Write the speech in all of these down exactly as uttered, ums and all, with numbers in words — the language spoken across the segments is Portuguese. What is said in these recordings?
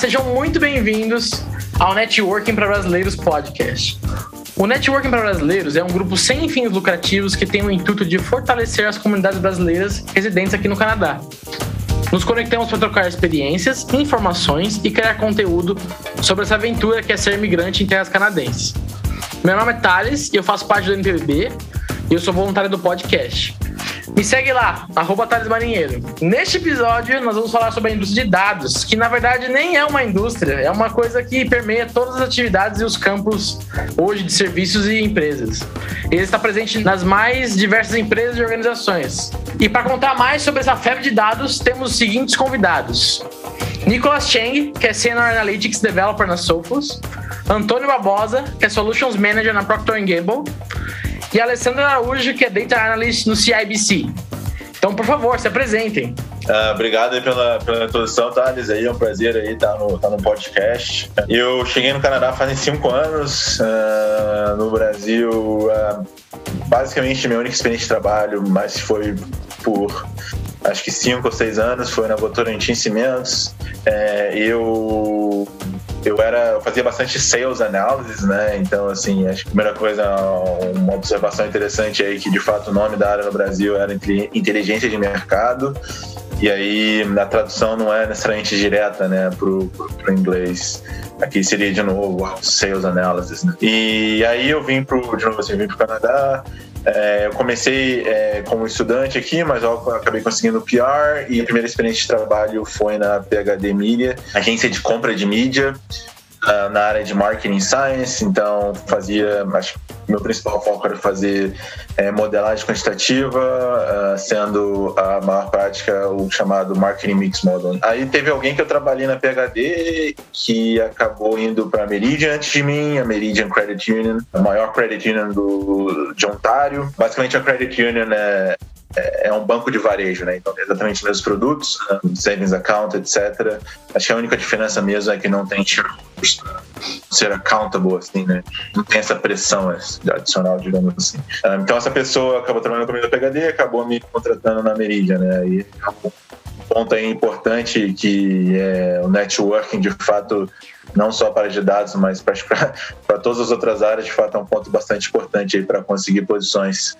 sejam muito bem-vindos ao Networking para Brasileiros Podcast. O Networking para Brasileiros é um grupo sem fins lucrativos que tem o intuito de fortalecer as comunidades brasileiras residentes aqui no Canadá. Nos conectamos para trocar experiências, informações e criar conteúdo sobre essa aventura que é ser imigrante em terras canadenses. Meu nome é Thales e eu faço parte do N P B B e eu sou voluntário do podcast. Me segue lá, arroba Thales Marinheiro. Neste episódio, nós vamos falar sobre a indústria de dados, que na verdade nem é uma indústria, é uma coisa que permeia todas as atividades e os campos hoje de serviços e empresas. Ele está presente nas mais diversas empresas e organizações. E para contar mais sobre essa febre de dados, temos os seguintes convidados. Nicholas Cheng, que é Senior Analytics Developer na Sophos. Antônio Barbosa, que é Solutions Manager na Procter and Gamble. E Alessandro Araújo, que é Data Analyst no C I B C. Então, por favor, se apresentem. Uh, obrigado aí pela, pela introdução, Thales. Aí é um prazer aí estar no, estar no podcast. Eu cheguei no Canadá fazem cinco anos. Uh, no Brasil, uh, basicamente, minha única experiência de trabalho, mas foi por acho que cinco ou seis anos, foi na Votorantim Cimentos. É, eu... Eu, era, eu fazia bastante sales analysis, né? Então, assim, acho que a primeira coisa, uma observação interessante aí, que de fato o nome da área no Brasil era inteligência de mercado. E aí a tradução não é necessariamente direta, né, pro, pro, pro inglês. Aqui seria de novo sales analysis, né? E aí eu vim pro, de novo assim, vim pro Canadá. É, eu comecei é, como estudante aqui, mas eu acabei conseguindo o P R e a primeira experiência de trabalho foi na P H D Media, agência de compra de mídia, uh, na área de Marketing Science. Então fazia, acho que meu principal foco era fazer é, modelagem quantitativa, uh, sendo a maior prática o chamado Marketing Mix Modeling. Aí teve alguém que eu trabalhei na P H D que acabou indo para a Meridian antes de mim, a Meridian Credit Union, a maior credit union do, de Ontário. Basicamente a Credit Union é é um banco de varejo, né? Então tem exatamente os mesmos produtos, savings account, etcétera. Acho que a única diferença mesmo é que não tem shareholders para ser accountable, assim, né? Não tem essa pressão adicional, digamos assim. Então essa pessoa acabou trabalhando comigo na P H D e acabou me contratando na Meridian, né? E um ponto aí importante que é o networking, de fato, não só para de dados, mas para, para todas as outras áreas, de fato é um ponto bastante importante aí para conseguir posições.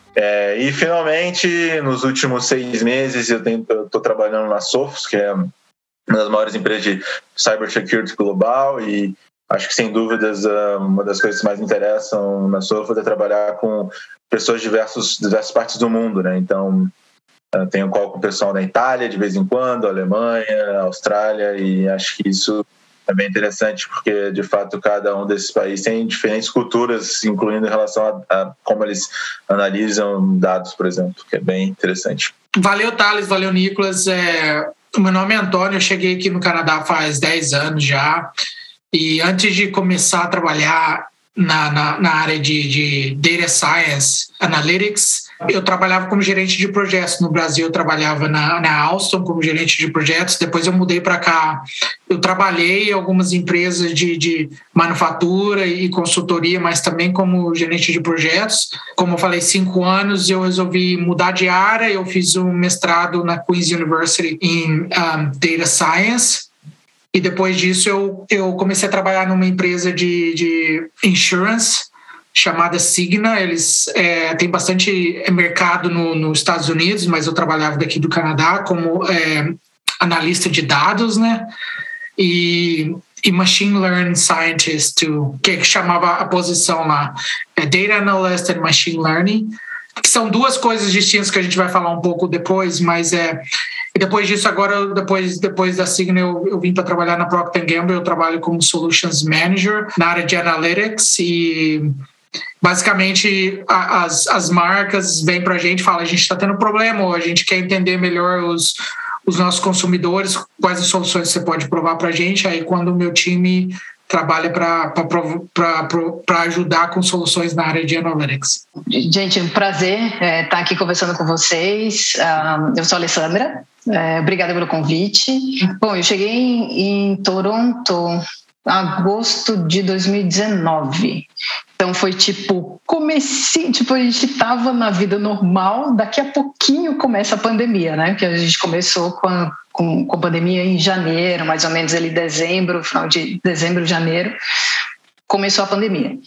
É, e finalmente, nos últimos seis meses, eu estou trabalhando na Sophos, que é uma das maiores empresas de cybersecurity global, e acho que sem dúvidas uma das coisas que mais me interessam na Sophos é trabalhar com pessoas de diversos, diversas partes do mundo, né? Então, tenho call com o pessoal da Itália de vez em quando, Alemanha, Austrália, e acho que isso é bem interessante porque, de fato, cada um desses países tem diferentes culturas, incluindo em relação a, a como eles analisam dados, por exemplo, que é bem interessante. Valeu, Thales, valeu, Nicholas. É, o meu nome é Antônio, eu cheguei aqui no Canadá faz dez anos já, e antes de começar a trabalhar na, na, na área de, de Data Science Analytics, eu trabalhava como gerente de projetos. No Brasil, eu trabalhava na, na Alstom como gerente de projetos. Depois eu mudei para cá. Eu trabalhei em algumas empresas de, de manufatura e consultoria, mas também como gerente de projetos. Como eu falei, cinco anos, eu resolvi mudar de área. Eu fiz um mestrado na Queen's University em um, Data Science. E depois disso, eu, eu comecei a trabalhar numa empresa de, de insurance, chamada Cigna. Eles é, têm bastante mercado no, nos Estados Unidos, mas eu trabalhava daqui do Canadá como é, analista de dados, né? E, e Machine Learning Scientist, que chamava a posição lá, é Data Analyst and Machine Learning, que são duas coisas distintas que a gente vai falar um pouco depois, mas é... E depois disso, agora, depois, depois da Cigna, eu, eu vim para trabalhar na Procter and Gamble. Eu trabalho como Solutions Manager na área de Analytics e... Basicamente, as, as marcas vêm para a gente e falam: a gente está tendo problema, ou a gente quer entender melhor os, os nossos consumidores, quais as soluções você pode provar para a gente. Aí, quando o meu time trabalha para ajudar com soluções na área de Analytics. Gente, um prazer é, estar aqui conversando com vocês. Um, eu sou a Alessandra, é, obrigada pelo convite. Bom, eu cheguei em, em Toronto em agosto de dois mil e dezenove. Então foi tipo comecei, tipo, a gente estava na vida normal, daqui a pouquinho começa a pandemia, né? Que a gente começou com a, com, com a pandemia em janeiro, mais ou menos ali dezembro, final de dezembro, janeiro, começou a pandemia.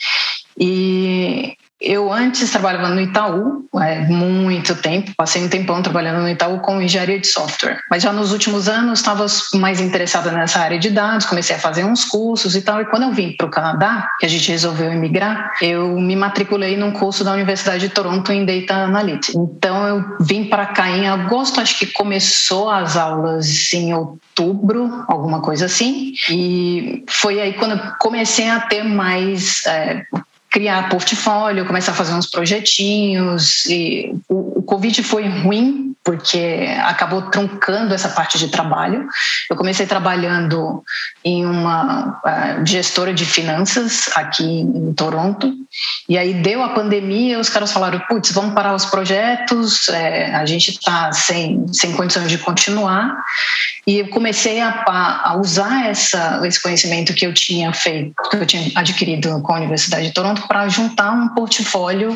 E eu antes trabalhava no Itaú, é, muito tempo, passei um tempão trabalhando no Itaú com engenharia de software, mas já nos últimos anos estava mais interessada nessa área de dados, comecei a fazer uns cursos e tal, e quando eu vim para o Canadá, que a gente resolveu emigrar, eu me matriculei num curso da Universidade de Toronto em Data Analytics. Então eu vim para cá em agosto, acho que começou as aulas em outubro, alguma coisa assim, e foi aí quando eu comecei a ter mais... É, criar portfólio, começar a fazer uns projetinhos. E o, o Covid foi ruim porque acabou truncando essa parte de trabalho. Eu comecei trabalhando em uma uh, gestora de finanças aqui em Toronto, e aí deu a pandemia, os caras falaram, putz, vamos parar os projetos, é, a gente está sem, sem condições de continuar, e eu comecei a, a usar essa, esse conhecimento que eu tinha feito, que eu tinha adquirido com a Universidade de Toronto, para juntar um portfólio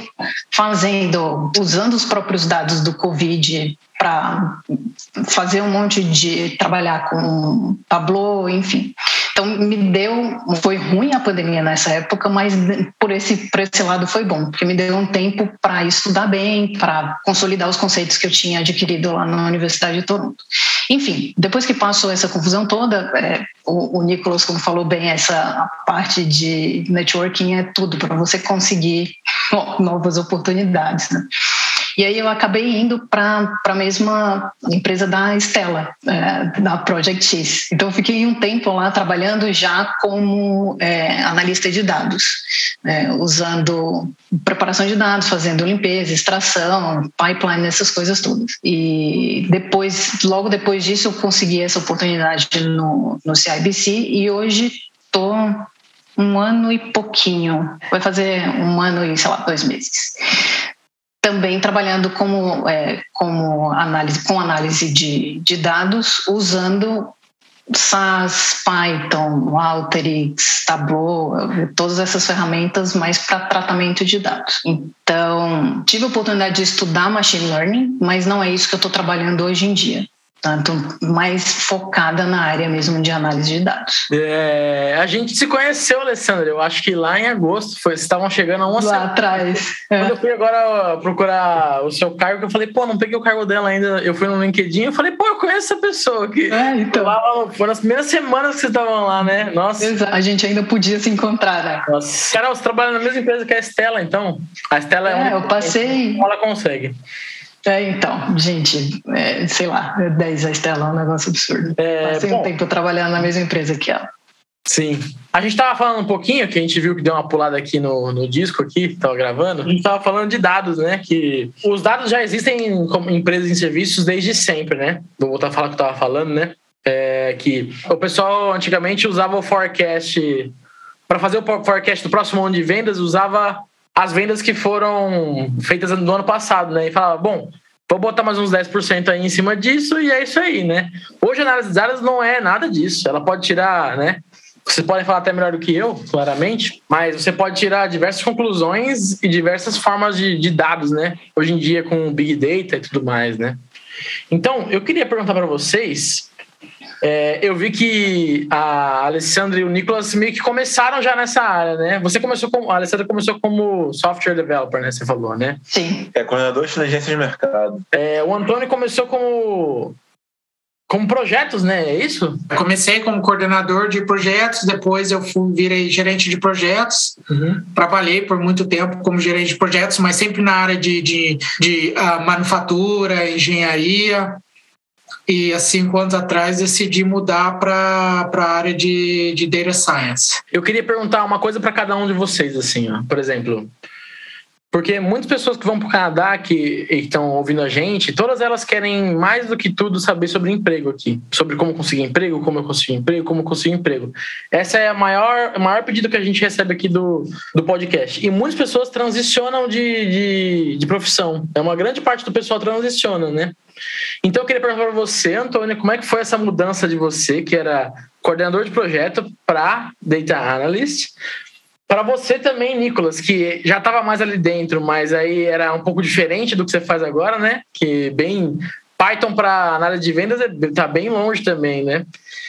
fazendo, usando os próprios dados do Covid para fazer um monte de trabalhar com Tableau, enfim. Então me deu, foi ruim a pandemia nessa época, mas por esse, por esse lado foi bom, porque me deu um tempo para estudar bem, para consolidar os conceitos que eu tinha adquirido lá na Universidade de Toronto. Enfim, depois que passou essa confusão toda, é, o, o Nicolas, como falou bem, essa parte de networking é tudo para você conseguir novas oportunidades, né? E aí eu acabei indo para a mesma empresa da Stella, é, da Project X. Então eu fiquei um tempo lá trabalhando já como é, analista de dados, é, usando preparação de dados, fazendo limpeza, extração, pipeline, essas coisas todas. E depois, logo depois disso eu consegui essa oportunidade no, no C I B C e hoje estou um ano e pouquinho, vai fazer um ano e, sei lá, dois meses. Também trabalhando como, é, como análise, com análise de, de dados, usando S A S, Python, Alteryx, Tableau, todas essas ferramentas, mais para tratamento de dados. Então, tive a oportunidade de estudar Machine Learning, mas não é isso que eu estou trabalhando hoje em dia. Tanto mais focada na área mesmo de análise de dados. É, a gente se conheceu, Alessandra, eu acho que lá em agosto, foi, vocês estavam chegando a uma lá semana. atrás. Quando é. eu fui agora procurar o seu cargo, eu falei, pô, não peguei o cargo dela ainda. Eu fui no LinkedIn, eu falei, pô, eu conheço essa pessoa aqui. É, então. Lá, foi nas primeiras semanas que vocês estavam lá, né? Nossa. Exato. A gente ainda podia se encontrar, né? Nossa. Carol, você trabalha na mesma empresa que a Stella, então? A Stella é, é uma... eu passei... Ela consegue. É, então, gente, é, sei lá, dez a Stella é um negócio absurdo. É, Passei bom, um tempo trabalhando na mesma empresa que ela. Sim. A gente tava falando um pouquinho, que a gente viu que deu uma pulada aqui no, no disco aqui, tava gravando, a gente tava falando de dados, né? Que os dados já existem como empresas e serviços desde sempre, né? Vou voltar a falar o que eu tava falando, né? É, que o pessoal antigamente usava o forecast, para fazer o forecast do próximo ano de vendas, usava as vendas que foram feitas no ano passado, né? E falava, bom, vou botar mais uns dez por cento aí em cima disso e é isso aí, né? Hoje a análise de dados não é nada disso. Ela pode tirar, né? Vocês podem falar até melhor do que eu, claramente, mas você pode tirar diversas conclusões e diversas formas de, de dados, né? Hoje em dia com Big Data e tudo mais, né? Então, eu queria perguntar para vocês... É, eu vi que a Alessandra e o Nicolas meio que começaram já nessa área, né? Você começou como... A Alessandra começou como software developer, né? Você falou, né? Sim. É coordenador de inteligência de mercado. É, o Antônio começou como... como projetos, né? É isso? Eu comecei como coordenador de projetos, depois eu fui, virei gerente de projetos. Uhum. Trabalhei por muito tempo como gerente de projetos, mas sempre na área de, de, de uh, manufatura, engenharia. E há cinco anos atrás decidi mudar para a área de, de Data Science. Eu queria perguntar uma coisa para cada um de vocês, assim, ó. Por exemplo, porque muitas pessoas que vão para o Canadá, que estão ouvindo a gente, todas elas querem mais do que tudo saber sobre emprego aqui. Sobre como conseguir emprego, como eu consigo emprego, como eu consigo emprego. Essa é a maior, o maior pedido que a gente recebe aqui do, do podcast. E muitas pessoas transicionam de, de, de profissão. É uma grande parte do pessoal transiciona, né? Então eu queria perguntar para você, Antônio, como é que foi essa mudança de você, que era coordenador de projeto, para Data Analyst, Para você também, Nicolas, que já estava mais ali dentro, mas aí era um pouco diferente do que você faz agora, né? Que bem Python para análise de vendas está bem longe também, né?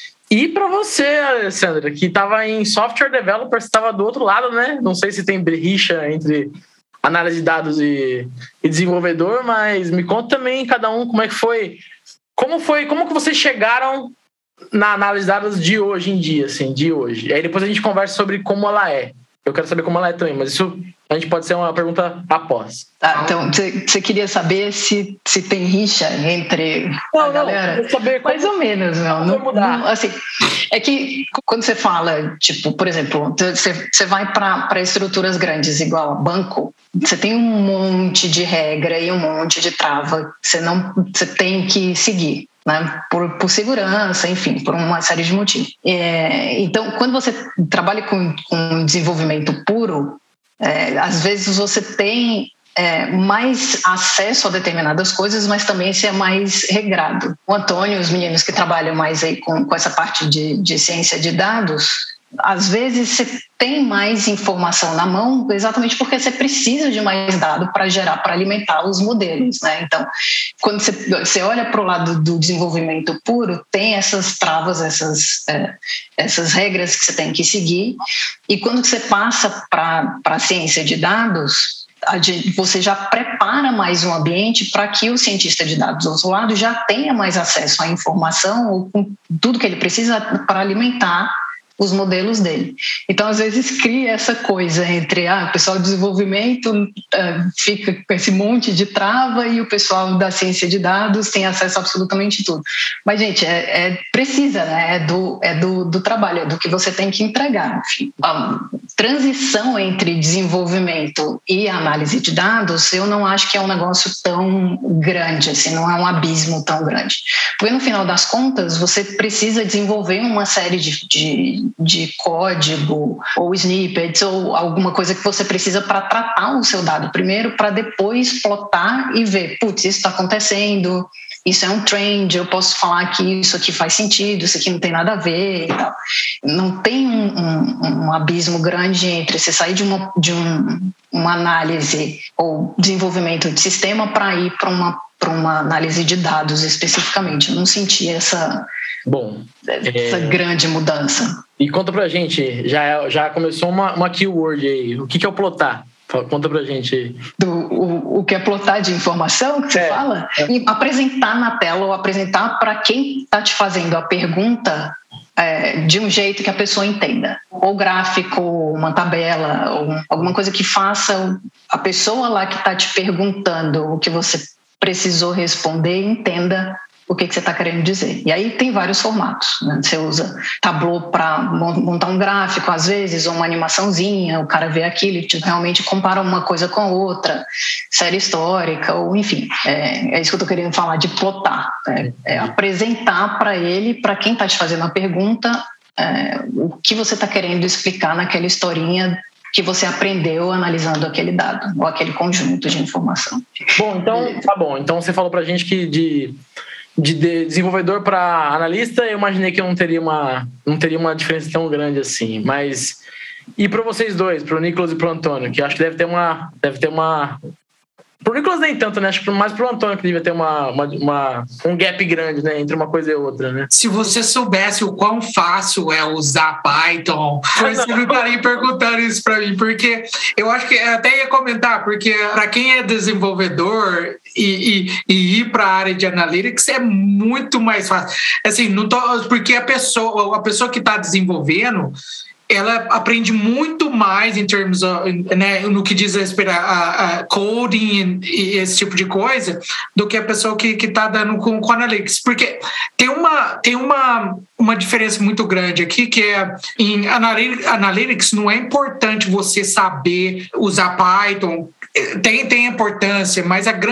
E para você, Alessandra, que estava em software developer, você estava do outro lado, né? Não sei se tem rixa entre análise de dados e, e desenvolvedor, mas me conta também cada um como é que foi, como foi, como que vocês chegaram na análise de dados de hoje em dia, assim, de hoje. E aí depois a gente conversa sobre como ela é. Eu quero saber como ela é também, mas isso a gente pode ser uma pergunta após. Tá, então, você queria saber se, se tem rixa entre não, a galera? Não, saber como, mais ou menos, não. não, não assim, é que quando você fala, tipo, por exemplo, você vai para estruturas grandes, igual banco, você tem um monte de regra e um monte de trava que você não, você tem que seguir. Né? Por, por segurança, enfim, por uma série de motivos. É, então, quando você trabalha com, com desenvolvimento puro, é, às vezes você tem é, mais acesso a determinadas coisas, mas também você é mais regrado. O Antônio, os meninos que trabalham mais aí com, com essa parte de, de ciência de dados, às vezes você tem mais informação na mão exatamente porque você precisa de mais dado para gerar, para alimentar os modelos, né? Então, quando você, você olha para o lado do desenvolvimento puro, tem essas travas, essas, é, essas regras que você tem que seguir, e quando você passa para a ciência de dados, você já prepara mais um ambiente para que o cientista de dados do outro lado já tenha mais acesso à informação ou com tudo que ele precisa para alimentar os modelos dele. Então, às vezes, cria essa coisa entre ah, o pessoal do desenvolvimento uh, fica com esse monte de trava e o pessoal da ciência de dados tem acesso a absolutamente tudo. Mas, gente, é, é precisa, né? É, do, é do, do trabalho, é do que você tem que entregar. Enfim, a transição entre desenvolvimento e análise de dados, eu não acho que é um negócio tão grande, assim, não é um abismo tão grande. Porque, no final das contas, você precisa desenvolver uma série de, de de código ou snippets ou alguma coisa que você precisa para tratar o seu dado primeiro, para depois plotar e ver, putz, isso está acontecendo, isso é um trend, eu posso falar que isso aqui faz sentido, isso aqui não tem nada a ver e tal. Não tem um, um, um abismo grande entre você sair de uma, de um, uma análise ou desenvolvimento de sistema para ir para uma, para uma análise de dados especificamente. Eu não senti essa, Bom, essa é... grande mudança. E conta pra gente, já, já começou uma, uma keyword aí, o que, que é o plotar? Conta pra gente. Do, o, o que é plotar de informação que você é, fala? É. E apresentar na tela ou apresentar para quem está te fazendo a pergunta é, de um jeito que a pessoa entenda. Ou gráfico, uma tabela, ou alguma coisa que faça a pessoa lá que está te perguntando o que você precisou responder entenda o que, que você está querendo dizer. E aí tem vários formatos, né? Você usa Tableau para montar um gráfico, às vezes, ou uma animaçãozinha, o cara vê aquilo e realmente compara uma coisa com a outra, série histórica, ou enfim, é, é isso que eu estou querendo falar de plotar, é, é apresentar para ele, para quem está te fazendo a pergunta, é, o que você está querendo explicar naquela historinha que você aprendeu analisando aquele dado, ou aquele conjunto de informação. Bom, então, tá bom. Então você falou para a gente que de De desenvolvedor para analista, eu imaginei que eu não teria uma, não teria uma diferença tão grande assim. Mas e para vocês dois, para o Nicolas e para o Antônio, que eu acho que deve ter uma, deve ter uma. Para o Nicolas nem tanto, né? Acho que mais para o Antônio que devia ter uma, uma, uma, um gap grande, né, entre uma coisa e outra, né? Se você soubesse o quão fácil é usar Python, você não estaria perguntando isso para mim, porque eu acho que eu até ia comentar, porque para quem é desenvolvedor e, e, e ir para a área de analytics é muito mais fácil. Assim, não tô, porque a pessoa, a pessoa que está desenvolvendo, ela aprende muito mais em termos, né, no que diz respeito a, a coding e esse tipo de coisa, do que a pessoa que está dando com, com analytics. Porque tem, uma, tem uma, uma diferença muito grande aqui, que é em analytics não é importante você saber usar Python, tem, tem importância, mas a grande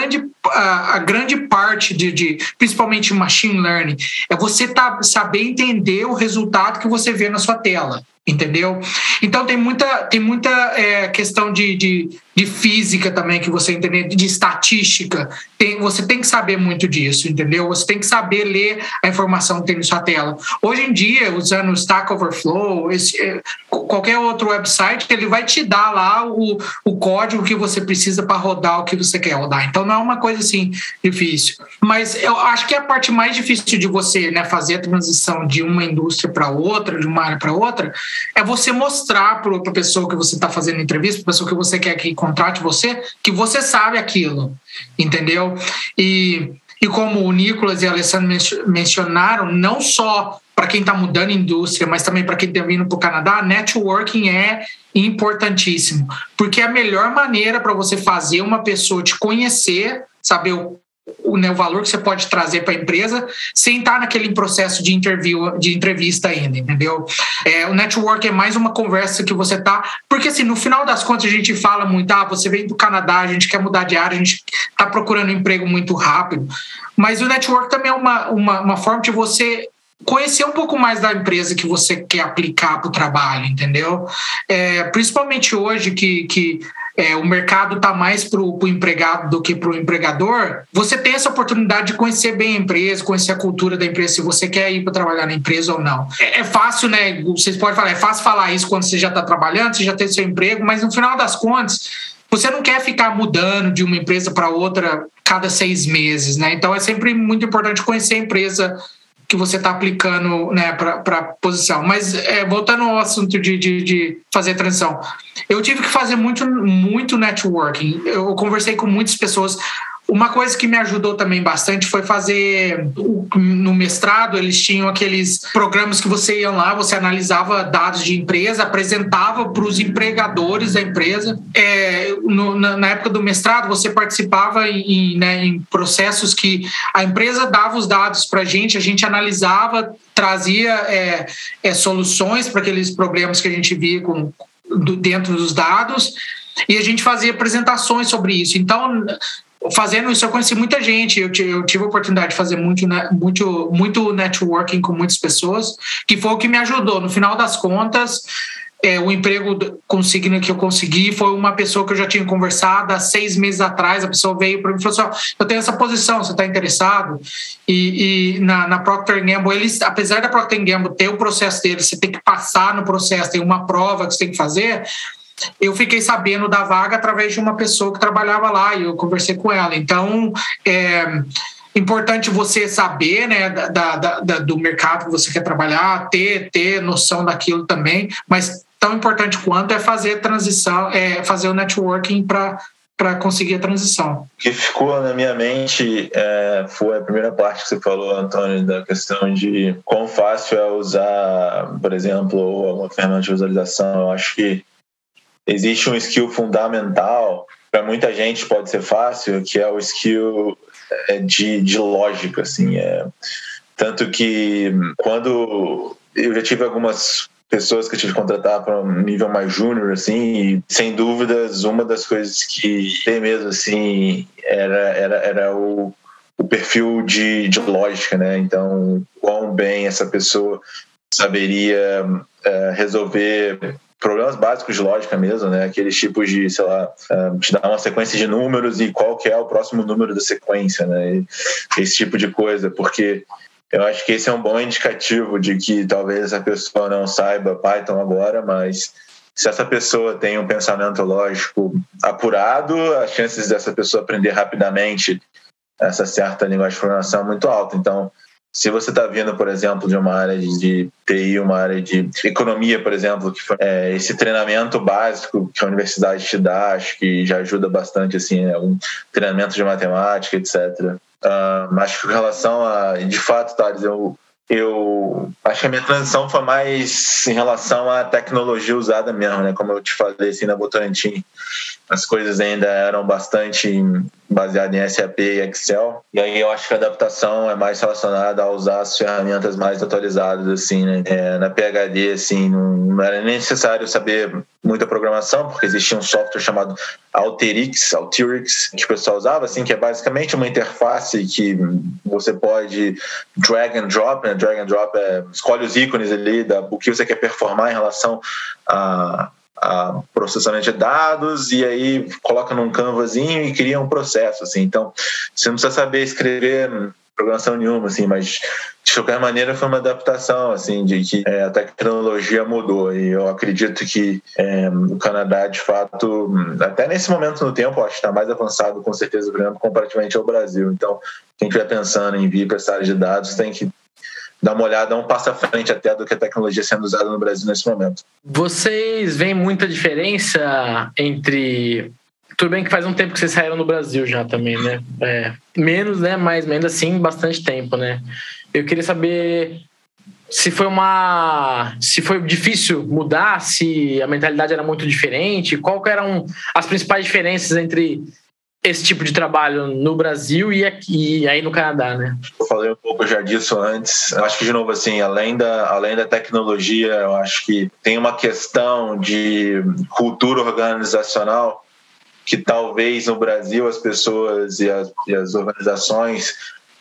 a, a grande parte de, de, principalmente machine learning, é você tá, saber entender o resultado que você vê na sua tela. Entendeu? Então tem muita, tem muita é, questão de, de, de física também que você entender, de estatística. Tem, você tem que saber muito disso, entendeu? Você tem que saber ler a informação que tem na sua tela. Hoje em dia, usando o Stack Overflow, esse, qualquer outro website, ele vai te dar lá o, o código que você precisa para rodar o que você quer rodar. Então não é uma coisa assim difícil. Mas eu acho que a parte mais difícil de você, né, fazer a transição de uma indústria para outra, de uma área para outra, é você mostrar para a pessoa que você está fazendo entrevista, para a pessoa que você quer que contrate você, que você sabe aquilo, entendeu? E, e como o Nicolas e a Alessandra mencionaram, não só para quem está mudando a indústria, mas também para quem está vindo para o Canadá, networking é importantíssimo, porque é a melhor maneira para você fazer uma pessoa te conhecer, saber o O, né, o valor que você pode trazer para a empresa sem estar naquele processo de, interview, de entrevista ainda, entendeu? É, o network é mais uma conversa que você tá... Porque, assim, no final das contas, a gente fala muito, ah, você vem do Canadá, a gente quer mudar de área, a gente está procurando um emprego muito rápido. Mas o network também é uma, uma, uma forma de você conhecer um pouco mais da empresa que você quer aplicar para o trabalho, entendeu? É, principalmente hoje que... que É, o mercado está mais para o empregado do que para o empregador, você tem essa oportunidade de conhecer bem a empresa, conhecer a cultura da empresa, se você quer ir para trabalhar na empresa ou não. É, é fácil, né? Vocês podem falar, é fácil falar isso quando você já está trabalhando, você já tem seu emprego, mas no final das contas, você não quer ficar mudando de uma empresa para outra cada seis meses, né? Então é sempre muito importante conhecer a empresa que você está aplicando, né, para a posição. Mas é, voltando ao assunto de, de, de fazer transição, eu tive que fazer muito, muito networking. Eu conversei com muitas pessoas. Uma coisa que me ajudou também bastante foi fazer, no mestrado, eles tinham aqueles programas que você ia lá, você analisava dados de empresa, apresentava para os empregadores da empresa. É, no, na, na época do mestrado, você participava em, né, em processos que a empresa dava os dados para a gente, a gente analisava, trazia é, é, soluções para aqueles problemas que a gente via com, do, dentro dos dados, e a gente fazia apresentações sobre isso. Então, fazendo isso, eu conheci muita gente, eu tive, eu tive a oportunidade de fazer muito, muito, muito networking com muitas pessoas, que foi o que me ajudou. No final das contas, é, o emprego consigna que eu consegui foi uma pessoa que eu já tinha conversado há seis meses atrás. A pessoa veio para mim e falou assim, eu tenho essa posição, você está interessado? E, e na, na Procter and Gamble, eles, apesar da Procter and Gamble ter o processo deles, você tem que passar no processo, tem uma prova que você tem que fazer. Eu fiquei sabendo da vaga através de uma pessoa que trabalhava lá e eu conversei com ela. Então, é importante você saber, né, da, da, da, do mercado que você quer trabalhar, ter, ter noção daquilo também, mas tão importante quanto é fazer a transição, é fazer o networking para para conseguir a transição. O que ficou na minha mente é, foi a primeira parte que você falou, Antônio, da questão de quão fácil é usar, por exemplo, uma ferramenta de visualização. Eu acho que existe um skill fundamental, para muita gente pode ser fácil, que é o skill de, de lógica, assim. É. Tanto que quando eu já tive algumas pessoas que eu tive que contratar para um nível mais júnior, assim, e sem dúvidas uma das coisas que tem mesmo, assim, era, era, era o, o perfil de, de lógica, né? Então, quão bem essa pessoa saberia é, resolver problemas básicos de lógica mesmo, né? Aqueles tipos de, sei lá, uh, te dar uma sequência de números e qual que é o próximo número da sequência, né? E esse tipo de coisa, porque eu acho que esse é um bom indicativo de que talvez essa pessoa não saiba Python agora, mas se essa pessoa tem um pensamento lógico apurado, as chances dessa pessoa aprender rapidamente essa certa linguagem de programação é muito alta. Então, se você está vindo, por exemplo, de uma área de T I, uma área de economia, por exemplo, que foi, é, esse treinamento básico que a universidade te dá, acho que já ajuda bastante, assim, é, um treinamento de matemática, etcétera. Uh, acho que com relação a, de fato, Thales, eu, eu acho que a minha transição foi mais em relação à tecnologia usada mesmo, né? Como eu te falei, assim, na Votorantim. as coisas ainda eram bastante baseadas em S A P e Excel. E aí eu acho que a adaptação é mais relacionada a usar as ferramentas mais atualizadas, assim, né? É, na PhD, assim, não, não era nem necessário saber muita programação, porque existia um software chamado Alteryx, Alteryx, que o pessoal usava, assim, que é basicamente uma interface que você pode drag and drop, né? Drag and drop é, escolhe os ícones ali, da, o que você quer performar em relação a a processamento de dados, e aí coloca num canvasinho e cria um processo, assim. Então, você não precisa saber escrever programação nenhuma, assim, mas de qualquer maneira foi uma adaptação, assim, de que é, a tecnologia mudou, e eu acredito que é, o Canadá, de fato, até nesse momento no tempo, acho que está mais avançado, com certeza, por exemplo, comparativamente ao Brasil. Então, quem estiver pensando em vir para essa área de dados tem que dar uma olhada, um passo à frente até do que a tecnologia sendo usada no Brasil nesse momento. Vocês veem muita diferença entre... Tudo bem que faz um tempo que vocês saíram do Brasil já também, né? É, menos, né? Mas ainda assim, bastante tempo, né? Eu queria saber se foi uma... Se foi difícil mudar, se a mentalidade era muito diferente, qual que eram as principais diferenças entre esse tipo de trabalho no Brasil e aqui, e aí no Canadá, né? Eu falei um pouco já disso antes. Eu acho que, de novo, assim, além da, além da tecnologia, eu acho que tem uma questão de cultura organizacional que talvez no Brasil as pessoas e as, e as organizações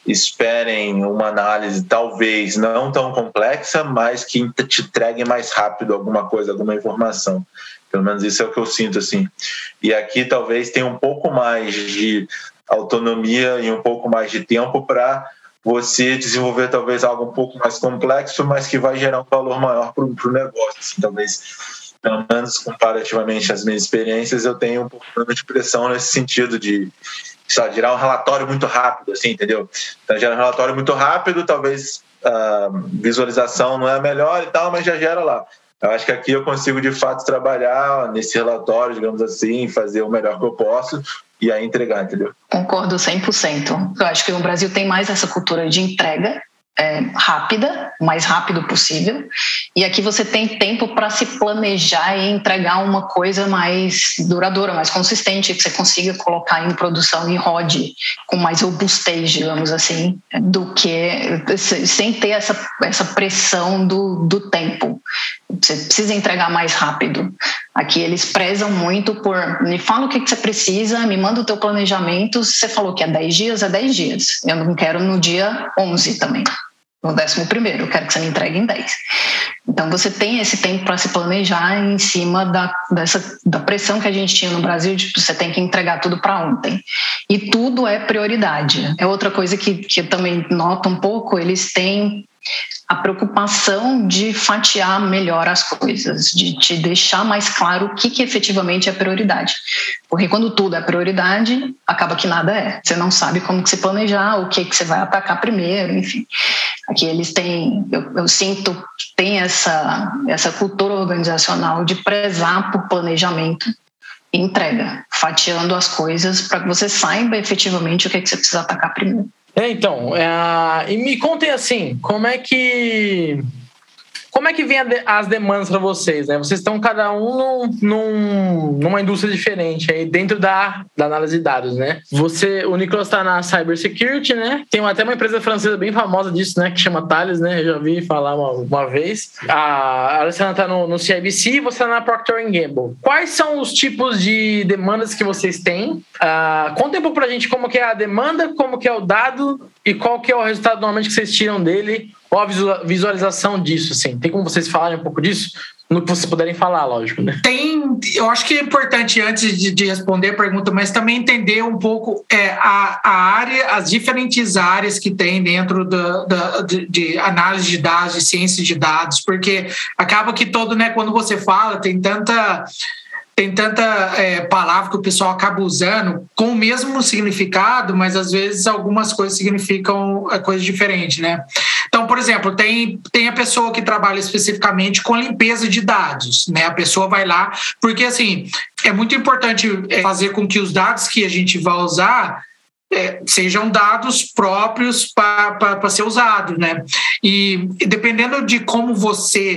esperem uma análise talvez não tão complexa, mas que te entregue mais rápido alguma coisa, alguma informação. Pelo menos isso é o que eu sinto, assim. E aqui talvez tenha um pouco mais de autonomia e um pouco mais de tempo para você desenvolver talvez algo um pouco mais complexo, mas que vai gerar um valor maior para o negócio. Assim, talvez, pelo menos comparativamente às minhas experiências, eu tenho um pouco menos de pressão nesse sentido de, sabe, gerar um relatório muito rápido, assim, entendeu? Então, gera um relatório muito rápido, talvez a visualização não é a melhor e tal, mas já gera lá. Eu acho que aqui eu consigo, de fato, trabalhar nesse relatório, digamos assim, fazer o melhor que eu posso e aí entregar, entendeu? Concordo cem por cento. Eu acho que no Brasil tem mais essa cultura de entrega é, rápida, o mais rápido possível. E aqui você tem tempo para se planejar e entregar uma coisa mais duradoura, mais consistente, que você consiga colocar em produção e rode com mais robustez, digamos assim, do que sem ter essa, essa pressão do, do tempo. Você precisa entregar mais rápido. Aqui eles prezam muito por me fala o que você precisa, me manda o teu planejamento. Se você falou que é dez dias, é dez dias. Eu não quero no dia onze também. No décimo primeiro, eu quero que você me entregue em dez. Então, você tem esse tempo para se planejar em cima da, dessa, da pressão que a gente tinha no Brasil, de você tem que entregar tudo para ontem. E tudo é prioridade. É outra coisa que, que eu também noto um pouco, eles têm a preocupação de fatiar melhor as coisas, de te deixar mais claro o que, que efetivamente é prioridade. Porque quando tudo é prioridade, acaba que nada é. Você não sabe como que se planejar, o que, que você vai atacar primeiro, enfim. Aqui eles têm, eu, eu sinto que tem essa, essa cultura organizacional de prezar por planejamento e entrega, fatiando as coisas para que você saiba efetivamente o que, que você precisa atacar primeiro. É, então, é, e me contem assim, como é que como é que vem de, as demandas para vocês, né? Vocês estão cada um num, num, numa indústria diferente aí dentro da, da análise de dados, né? Você, o Nicolas está na cybersecurity, né? Tem até uma empresa francesa bem famosa disso, né? Que chama Thales, né? Eu já ouvi falar uma, uma vez. A Alessandra está no, no C I B C e você está na Procter and Gamble. Quais são os tipos de demandas que vocês têm? Uh, conta um pouco pra gente como que é a demanda, como que é o dado e qual que é o resultado normalmente que vocês tiram dele, ou a visualização disso, assim. Tem como vocês falarem um pouco disso? No que vocês puderem falar, lógico, né? Tem, eu acho que é importante, antes de, de responder a pergunta, mas também entender um pouco é, a, a área, as diferentes áreas que tem dentro da, da, de, de análise de dados, de ciência de dados, porque acaba que todo, né, quando você fala, tem tanta... Tem tanta é, palavra que o pessoal acaba usando com o mesmo significado, mas às vezes algumas coisas significam coisas diferentes, né? Então, por exemplo, tem, tem a pessoa que trabalha especificamente com limpeza de dados, né? A pessoa vai lá, porque assim, é muito importante fazer com que os dados que a gente vai usar é, sejam dados próprios para ser usados, né? E, e dependendo de como você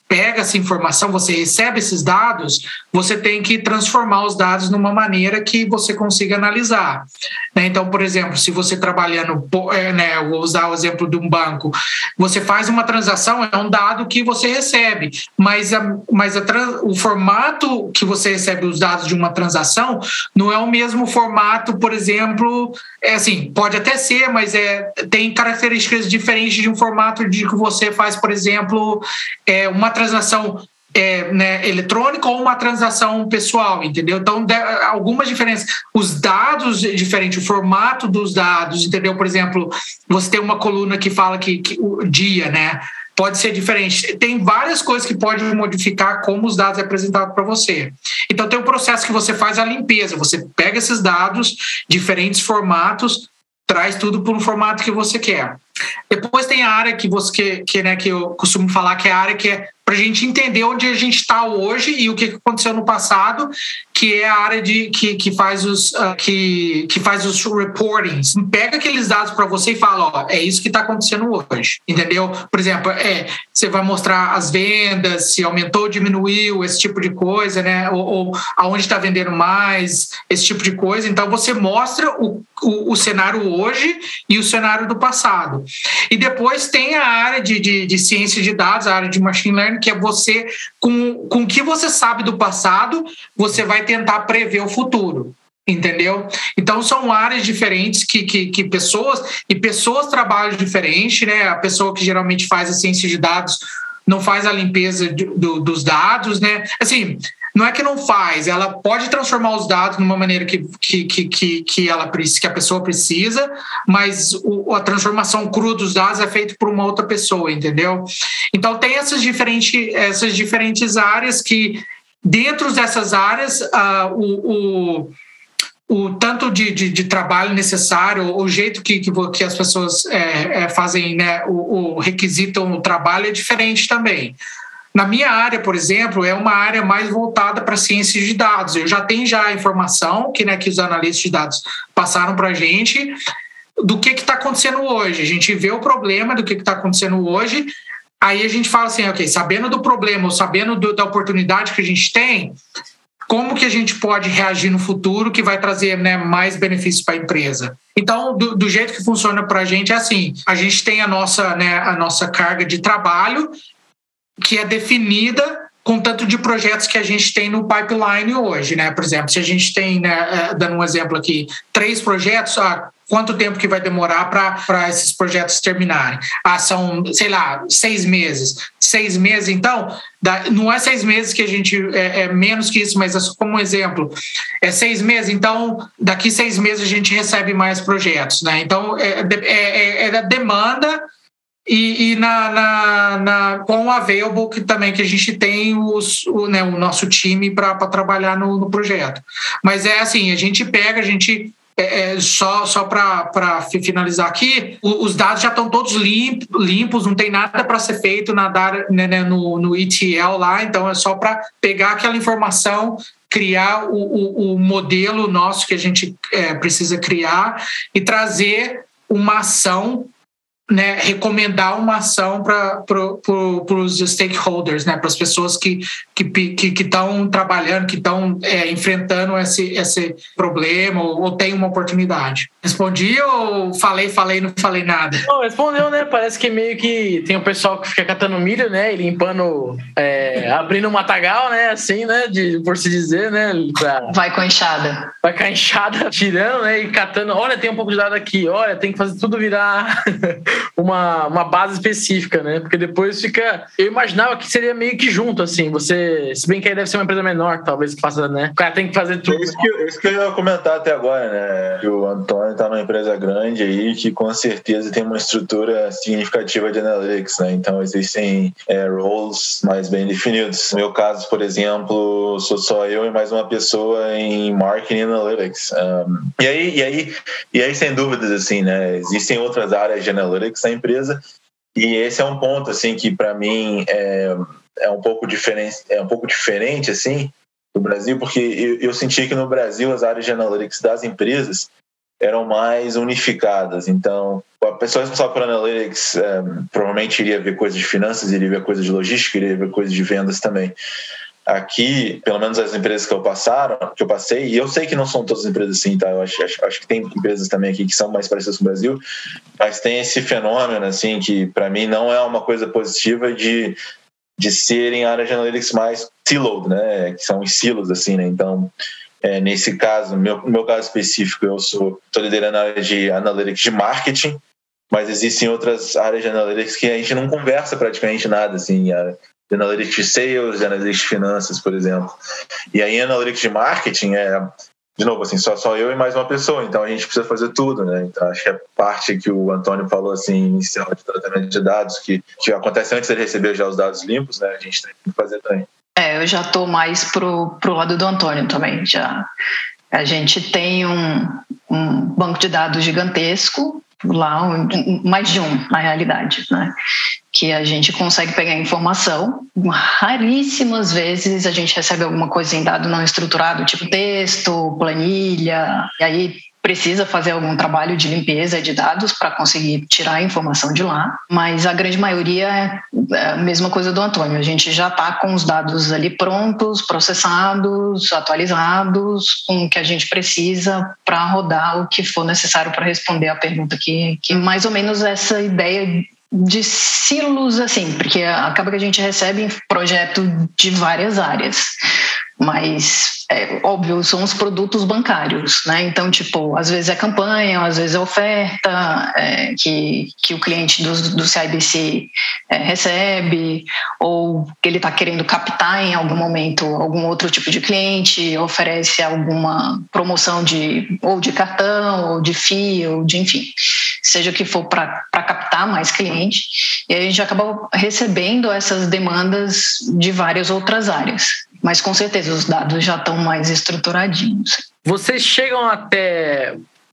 pega essa informação, você recebe esses dados, você tem que transformar os dados numa maneira que você consiga analisar. Né? Então, por exemplo, se você trabalha no, né, vou usar o exemplo de um banco, você faz uma transação, é um dado que você recebe, mas, a, mas a, o formato que você recebe os dados de uma transação não é o mesmo formato, por exemplo, é assim, pode até ser, mas é, tem características diferentes de um formato de que você faz, por exemplo, é, uma transação é, né, eletrônica ou uma transação pessoal, entendeu? Então, de, algumas diferenças. Os dados é diferente, o formato dos dados, entendeu? Por exemplo, você tem uma coluna que fala que, que o dia, né? Pode ser diferente. Tem várias coisas que podem modificar como os dados é apresentado para você. Então, tem um processo que você faz a limpeza. Você pega esses dados, diferentes formatos, traz tudo por um formato que você quer. Depois tem a área que você que, que, né, que eu costumo falar, que é a área que é para a gente entender onde a gente está hoje e o que aconteceu no passado, que é a área de, que, que, faz os, uh, que, que faz os reportings. Pega aqueles dados para você e fala, ó, é isso que está acontecendo hoje, entendeu? Por exemplo, é, você vai mostrar as vendas, se aumentou ou diminuiu, esse tipo de coisa, né? Ou, ou aonde está vendendo mais, esse tipo de coisa. Então, você mostra o, o, o cenário hoje e o cenário do passado. E depois tem a área de, de, de ciência de dados, a área de machine learning, que é você, com, com o que você sabe do passado, você vai tentar prever o futuro, entendeu? Então, são áreas diferentes que, que, que pessoas, e pessoas trabalham diferente, né? A pessoa que geralmente faz a ciência de dados não faz a limpeza de, do, dos dados, né? Assim, não é que não faz, ela pode transformar os dados de uma maneira que, que, que, que, ela, que a pessoa precisa, mas o, a transformação crua dos dados é feita por uma outra pessoa, entendeu? Então, tem essas diferentes, essas diferentes áreas que, dentro dessas áreas, uh, o, o, o tanto de, de, de trabalho necessário, o jeito que, que, que as pessoas é, é, fazem, né, o, o requisitam o trabalho é diferente também. Na minha área, por exemplo, é uma área mais voltada para ciências de dados. Eu já tenho já a informação que, né, que os analistas de dados passaram para a gente do que está acontecendo hoje. A gente vê o problema do que está acontecendo hoje, aí a gente fala assim, ok, sabendo do problema ou sabendo do, da oportunidade que a gente tem, como que a gente pode reagir no futuro que vai trazer, né, mais benefícios para a empresa. Então, do, do jeito que funciona para a gente é assim, a gente tem a nossa, né, a nossa carga de trabalho, que é definida com o tanto de projetos que a gente tem no pipeline hoje, né? Por exemplo, se a gente tem, né, dando um exemplo aqui, três projetos, ah, quanto tempo que vai demorar para esses projetos terminarem? Ah, são, sei lá, seis meses. Seis meses, então, não é seis meses que a gente, é, é menos que isso, mas é só como um exemplo. É seis meses, então, daqui seis meses a gente recebe mais projetos, né? Então, é, é, é da demanda. E, e na, na, na, com o Available, que também que a gente tem os, o, né, o nosso time para trabalhar no, no projeto. Mas é assim, a gente pega, a gente, é, é, só, só para finalizar aqui, os dados já estão todos limp, limpos, não tem nada para ser feito na, né, no, no E T L lá, então é só para pegar aquela informação, criar o, o, o modelo nosso que a gente é, precisa criar e trazer uma ação, né, recomendar uma ação para pro, os stakeholders, né, para as pessoas que que que estão trabalhando, que estão é, enfrentando esse, esse problema ou, ou tem uma oportunidade. Respondi ou falei, falei, não falei nada? Não, respondeu, né? Parece que meio que tem o pessoal que fica catando milho, né, e limpando, é, abrindo um matagal, né, assim, né, de, por se dizer, né. Pra... Vai com a enxada. Vai com a enxada, tirando, né, e catando. Olha, tem um pouco de dado aqui, olha, tem que fazer tudo virar... Uma, uma base específica, né? Porque depois fica... Eu imaginava que seria meio que junto, assim. Você... Se bem que aí deve ser uma empresa menor, talvez, que faça, né? O cara tem que fazer tudo. É isso que, isso que eu ia comentar até agora, né? Que o Antônio tá numa empresa grande aí que com certeza tem uma estrutura significativa de analytics, né? Então existem é, roles mais bem definidos. No meu caso, por exemplo, sou só eu e mais uma pessoa em Marketing Analytics. Um, e, aí, e, aí, e aí, sem dúvidas, assim, né? Existem outras áreas de Analytics na empresa, e esse é um ponto assim que para mim é, é um pouco diferente, é um pouco diferente assim do Brasil, porque eu, eu senti que no Brasil as áreas de analytics das empresas eram mais unificadas. Então, a pessoa responsável por Analytics é, provavelmente iria ver coisas de finanças, iria ver coisas de logística, iria ver coisas de vendas também. Aqui, pelo menos as empresas que eu passaram, que eu passei, e eu sei que não são todas as empresas assim, tá? Eu acho, acho, acho que tem empresas também aqui que são mais parecidas com o Brasil, mas tem esse fenômeno, assim, que para mim não é uma coisa positiva de, de serem áreas de Analytics mais siloed, né? Que são em silos, assim, né? Então, é, nesse caso, no meu, meu caso específico, eu sou, tô liderando a área de Analytics de marketing, mas existem outras áreas de Analytics que a gente não conversa praticamente nada, assim, a, de Analytics de Sales, de Analytics de Finanças, por exemplo. E aí, Analytics de Marketing é, de novo, assim, só, só eu e mais uma pessoa, então a gente precisa fazer tudo, né? Então, acho que a parte que o Antônio falou, assim, inicial de tratamento de dados, que, que acontece antes de receber já os dados limpos, né? A gente tem que fazer também. É, eu já estou mais pro, pro lado do Antônio também, já. A gente tem um, um banco de dados gigantesco, lá, mais de um, na realidade, né? Que a gente consegue pegar informação. Raríssimas vezes a gente recebe alguma coisa em dado não estruturado, tipo texto, planilha, e aí precisa fazer algum trabalho de limpeza de dados para conseguir tirar a informação de lá, mas a grande maioria é a mesma coisa do Antônio, a gente já está com os dados ali prontos, processados, atualizados, com o que a gente precisa para rodar o que for necessário para responder a pergunta que, que mais ou menos essa ideia de silos, assim, porque acaba que a gente recebe projeto de várias áreas, mas, é óbvio, são os produtos bancários, né? Então, tipo, às vezes é campanha, às vezes é oferta é, que, que o cliente do, do C I B C é, recebe, ou que ele está querendo captar em algum momento algum outro tipo de cliente, oferece alguma promoção de, ou de cartão, ou de F I I, ou de, enfim, seja o que for para captar mais cliente. E aí a gente acaba recebendo essas demandas de várias outras áreas. Mas com certeza os dados já estão mais estruturadinhos. Vocês chegam até...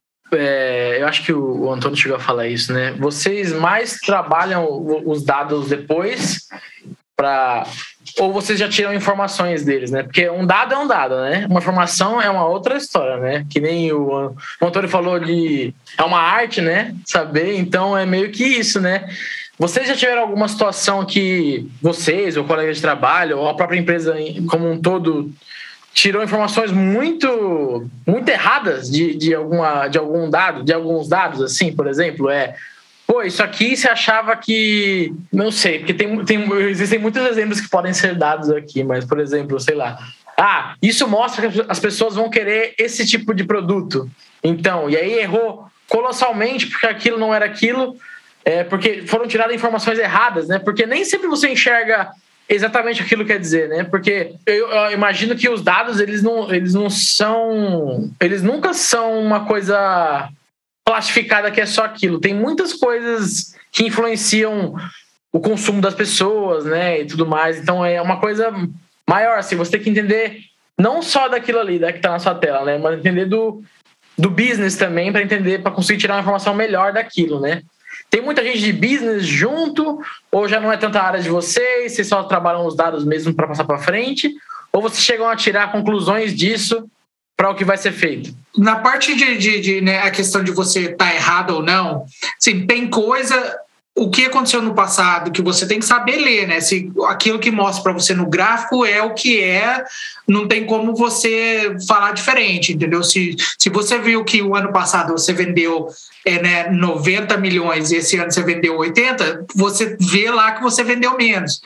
É, eu acho que o, o Antônio chegou a falar isso, né? Vocês mais trabalham os dados depois para... Ou vocês já tiram informações deles, né? Porque um dado é um dado, né? Uma informação é uma outra história, né? Que nem o, o Antônio falou de... É uma arte, né? Saber, então é meio que isso, né? Vocês já tiveram alguma situação que vocês, ou colegas de trabalho, ou a própria empresa como um todo, tirou informações muito, muito erradas de, de, alguma, de algum dado, de alguns dados, assim, por exemplo? É, pô, isso aqui você achava que... Não sei, porque tem, tem, existem muitos exemplos que podem ser dados aqui, mas, por exemplo, sei lá... Ah, isso mostra que as pessoas vão querer esse tipo de produto. Então, e aí errou colossalmente porque aquilo não era aquilo... É porque foram tiradas informações erradas, né? Porque nem sempre você enxerga exatamente aquilo que quer dizer, né? Porque eu, eu imagino que os dados, eles não, eles não são... Eles nunca são uma coisa plastificada que é só aquilo. Tem muitas coisas que influenciam o consumo das pessoas, né? E tudo mais. Então é uma coisa maior, assim. Você tem que entender não só daquilo ali, da que tá na sua tela, né? Mas entender do, do business também, para entender, para conseguir tirar uma informação melhor daquilo, né? Tem muita gente de business junto, ou já não é tanta área de vocês, vocês só trabalham os dados mesmo para passar para frente, ou vocês chegam a tirar conclusões disso para o que vai ser feito? Na parte de, de, de né, a questão de você estar tá errado ou não, assim, tem coisa... O que aconteceu no passado que você tem que saber ler, né? Se aquilo que mostra para você no gráfico é o que é, não tem como você falar diferente, entendeu? Se, se você viu que o ano passado você vendeu é, né, noventa milhões e esse ano você vendeu oitenta, você vê lá que você vendeu menos.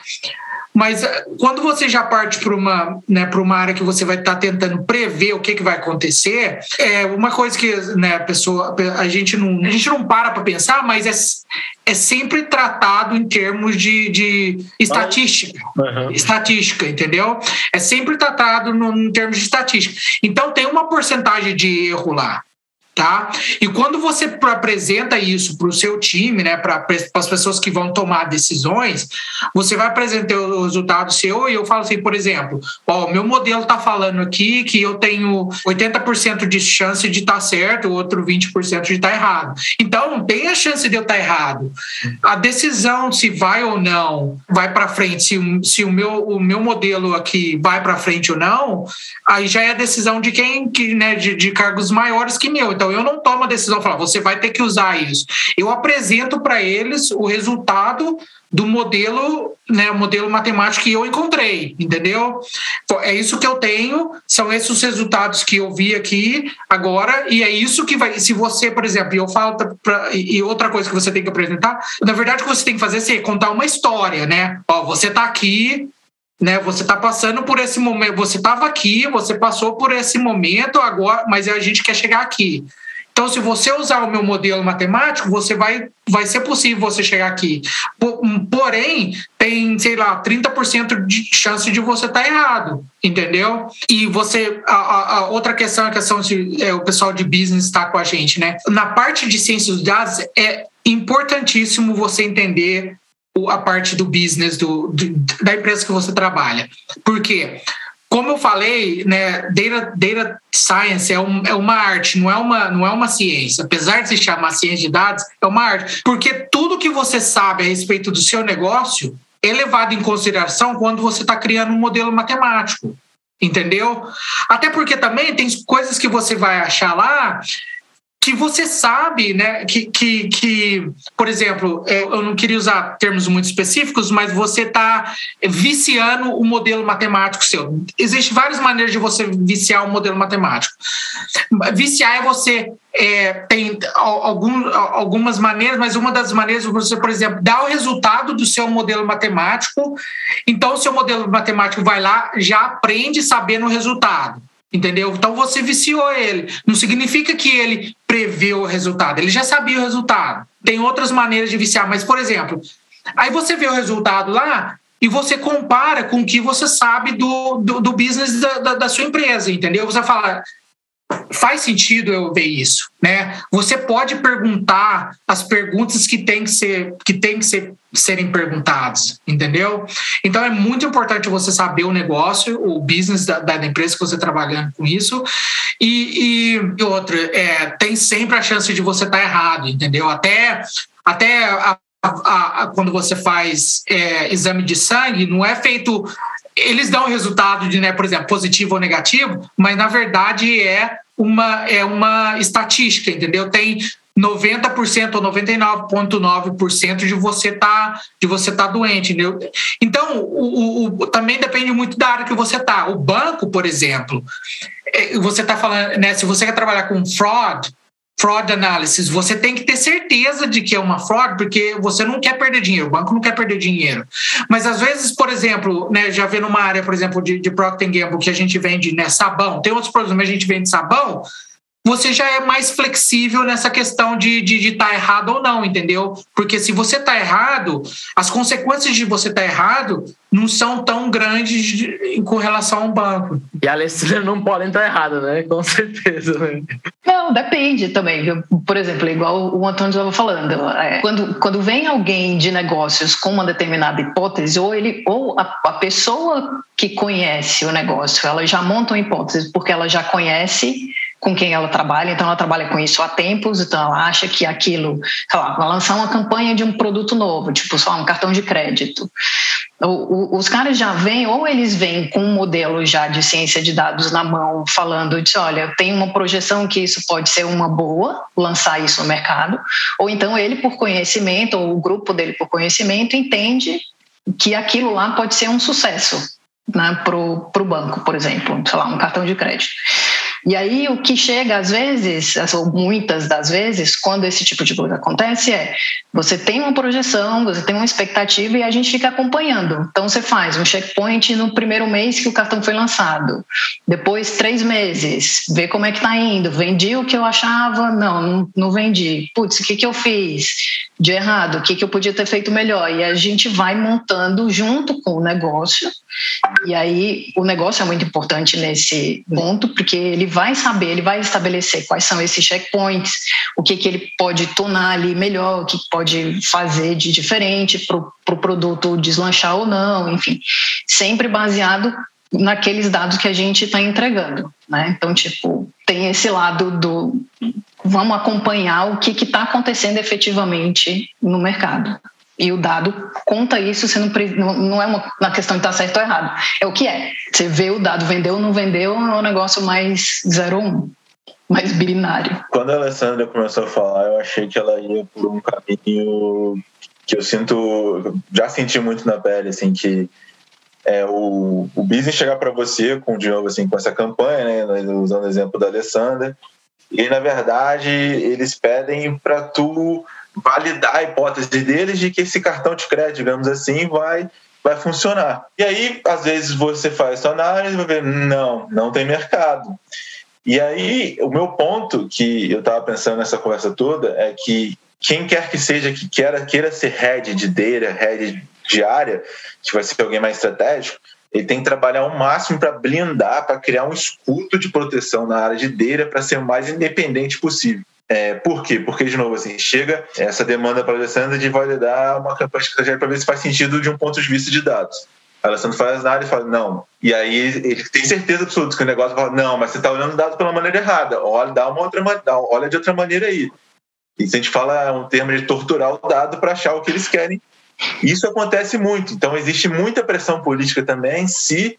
Mas quando você já parte para uma, né, para uma área que você vai estar tá tentando prever o que, que vai acontecer, é uma coisa que, né, a pessoa, a gente não, a gente não para para pensar, mas é, é sempre tratado em termos de, de estatística. Uhum. Estatística, entendeu? É sempre tratado no, em termos de estatística. Então tem uma porcentagem de erro lá. Tá? E quando você apresenta isso para o seu time, né, para as pessoas que vão tomar decisões, você vai apresentar o resultado seu e eu falo assim, por exemplo, ó, meu modelo está falando aqui que eu tenho oitenta por cento de chance de estar tá certo, o outro vinte por cento de estar tá errado. Então, não tem a chance de eu estar tá errado. A decisão se vai ou não, vai para frente, se, se o, meu, o meu modelo aqui vai para frente ou não, aí já é a decisão de quem, que, né, de, de cargos maiores que meu. Então, eu não tomo a decisão, falar, você vai ter que usar isso. Eu apresento para eles o resultado do modelo, né, o modelo matemático que eu encontrei, entendeu? É isso que eu tenho, são esses os resultados que eu vi aqui agora, e é isso que vai... Se você, por exemplo, eu falo pra, e outra coisa que você tem que apresentar, na verdade o que você tem que fazer é contar uma história, né? Ó, você está aqui, né? Você está passando por esse momento, você estava aqui, você passou por esse momento agora, mas a gente quer chegar aqui. Então, se você usar o meu modelo matemático, você vai, vai ser possível você chegar aqui. Porém, tem, sei lá, trinta por cento de chance de você estar errado, entendeu? E você... A, a, a outra questão, a questão de é, o pessoal de business está com a gente, né? Na parte de ciências dos dados, é importantíssimo você entender a parte do business do, do, da empresa que você trabalha. Por quê? Como eu falei, né, data, data science é, um, é uma arte, não é uma, não é uma ciência. Apesar de se chamar ciência de dados, é uma arte. Porque tudo que você sabe a respeito do seu negócio é levado em consideração quando você está criando um modelo matemático. Entendeu? Até porque também tem coisas que você vai achar lá que você sabe, né, que, que, que, por exemplo, eu não queria usar termos muito específicos, mas você está viciando o modelo matemático seu. Existem várias maneiras de você viciar o modelo matemático. Viciar é você, é, tem algum, algumas maneiras, mas uma das maneiras é você, por exemplo, dá o resultado do seu modelo matemático, então o seu modelo matemático vai lá, já aprende sabendo o resultado. Entendeu? Então você viciou ele. Não significa que ele prevê o resultado, ele já sabia o resultado. Tem outras maneiras de viciar, mas, por exemplo, aí você vê o resultado lá e você compara com o que você sabe do, do, do business da, da, da sua empresa, entendeu? Você fala, faz sentido eu ver isso, né? Você pode perguntar as perguntas que tem que ser, que tem que ser, serem perguntadas, entendeu? Então é muito importante você saber o negócio, o business da, da empresa que você está trabalhando com isso. E, e, e outra, é, tem sempre a chance de você estar tá errado, entendeu? Até, até a, a, a, quando você faz é, exame de sangue, não é feito... Eles dão o resultado de, né, por exemplo, positivo ou negativo, mas na verdade é uma, é uma estatística, entendeu? Tem noventa por cento ou noventa e nove vírgula nove por cento de você estar de você tá doente, entendeu? Então, o, o, também depende muito da área que você está. O banco, por exemplo, você está falando, né, se você quer trabalhar com fraud, fraud analysis, você tem que ter certeza de que é uma fraud, porque você não quer perder dinheiro, o banco não quer perder dinheiro. Mas às vezes, por exemplo, né, já vê numa área, por exemplo, de, de Procter and Gamble, que a gente vende, né, sabão, tem outros produtos, a gente vende sabão, você já é mais flexível nessa questão de estar de, de tá errado ou não, entendeu? Porque se você está errado, as consequências de você estar tá errado não são tão grandes de, com relação a um banco. E a Alessandra não podem estar errada, né? Com certeza. Né? Não, depende também. Viu? Por exemplo, igual o Antônio estava falando, é, quando, quando vem alguém de negócios com uma determinada hipótese, ou, ele, ou a, a pessoa que conhece o negócio, ela já monta uma hipótese porque ela já conhece com quem ela trabalha, então ela trabalha com isso há tempos, então ela acha que aquilo, sei lá, vai lançar uma campanha de um produto novo, tipo só um cartão de crédito. O, o, os caras já vêm, ou eles vêm com um modelo já de ciência de dados na mão, falando de, olha, tem uma projeção que isso pode ser uma boa, lançar isso no mercado, ou então ele por conhecimento, ou o grupo dele por conhecimento, entende que aquilo lá pode ser um sucesso, né, para o banco, por exemplo, sei lá, um cartão de crédito. E aí o que chega às vezes, ou muitas das vezes, quando esse tipo de coisa acontece é, você tem uma projeção, você tem uma expectativa e a gente fica acompanhando. Então você faz um checkpoint no primeiro mês que o cartão foi lançado, depois três meses, vê como é que está indo, vendi o que eu achava, não, não, não vendi, putz, o que, que eu fiz de errado, o que, que eu podia ter feito melhor, e a gente vai montando junto com o negócio. E aí o negócio é muito importante nesse ponto, porque ele vai saber, ele vai estabelecer quais são esses checkpoints, o que, que ele pode tornar ali melhor, o que pode fazer de diferente para o pro produto deslanchar ou não, enfim, sempre baseado naqueles dados que a gente está entregando, né? Então, tipo, tem esse lado do vamos acompanhar o que está acontecendo efetivamente no mercado. E o dado conta isso, você não, não é uma, uma questão de estar certo ou errado. É o que é. Você vê o dado, vendeu ou não vendeu, é um negócio mais zero ou um. mais binário. Quando a Alessandra começou a falar, eu achei que ela ia por um caminho que eu sinto, já senti muito na pele, assim, que é o, o business chegar para você com, de novo, assim, com essa campanha, né, usando o exemplo da Alessandra, e na verdade eles pedem para tu validar a hipótese deles de que esse cartão de crédito, digamos assim, vai, vai funcionar. E aí, às vezes, você faz sua análise e vai ver, não, não tem mercado. E aí, o meu ponto, que eu estava pensando nessa conversa toda, é que quem quer que seja que queira, queira ser head de data, head de área, que vai ser alguém mais estratégico, ele tem que trabalhar ao máximo para blindar, para criar um escudo de proteção na área de data para ser o mais independente possível. É, por quê? Porque, de novo, assim, chega essa demanda para a Alessandra de validar uma campanha estratégica para ver se faz sentido de um ponto de vista de dados. A Alessandra faz nada e fala, não. E aí ele tem certeza absoluta que o negócio fala, não, mas você está olhando o dado pela maneira errada. Olha, dá uma outra, olha de outra maneira aí. E se a gente fala um termo de torturar o dado para achar o que eles querem. Isso acontece muito. Então, existe muita pressão política também se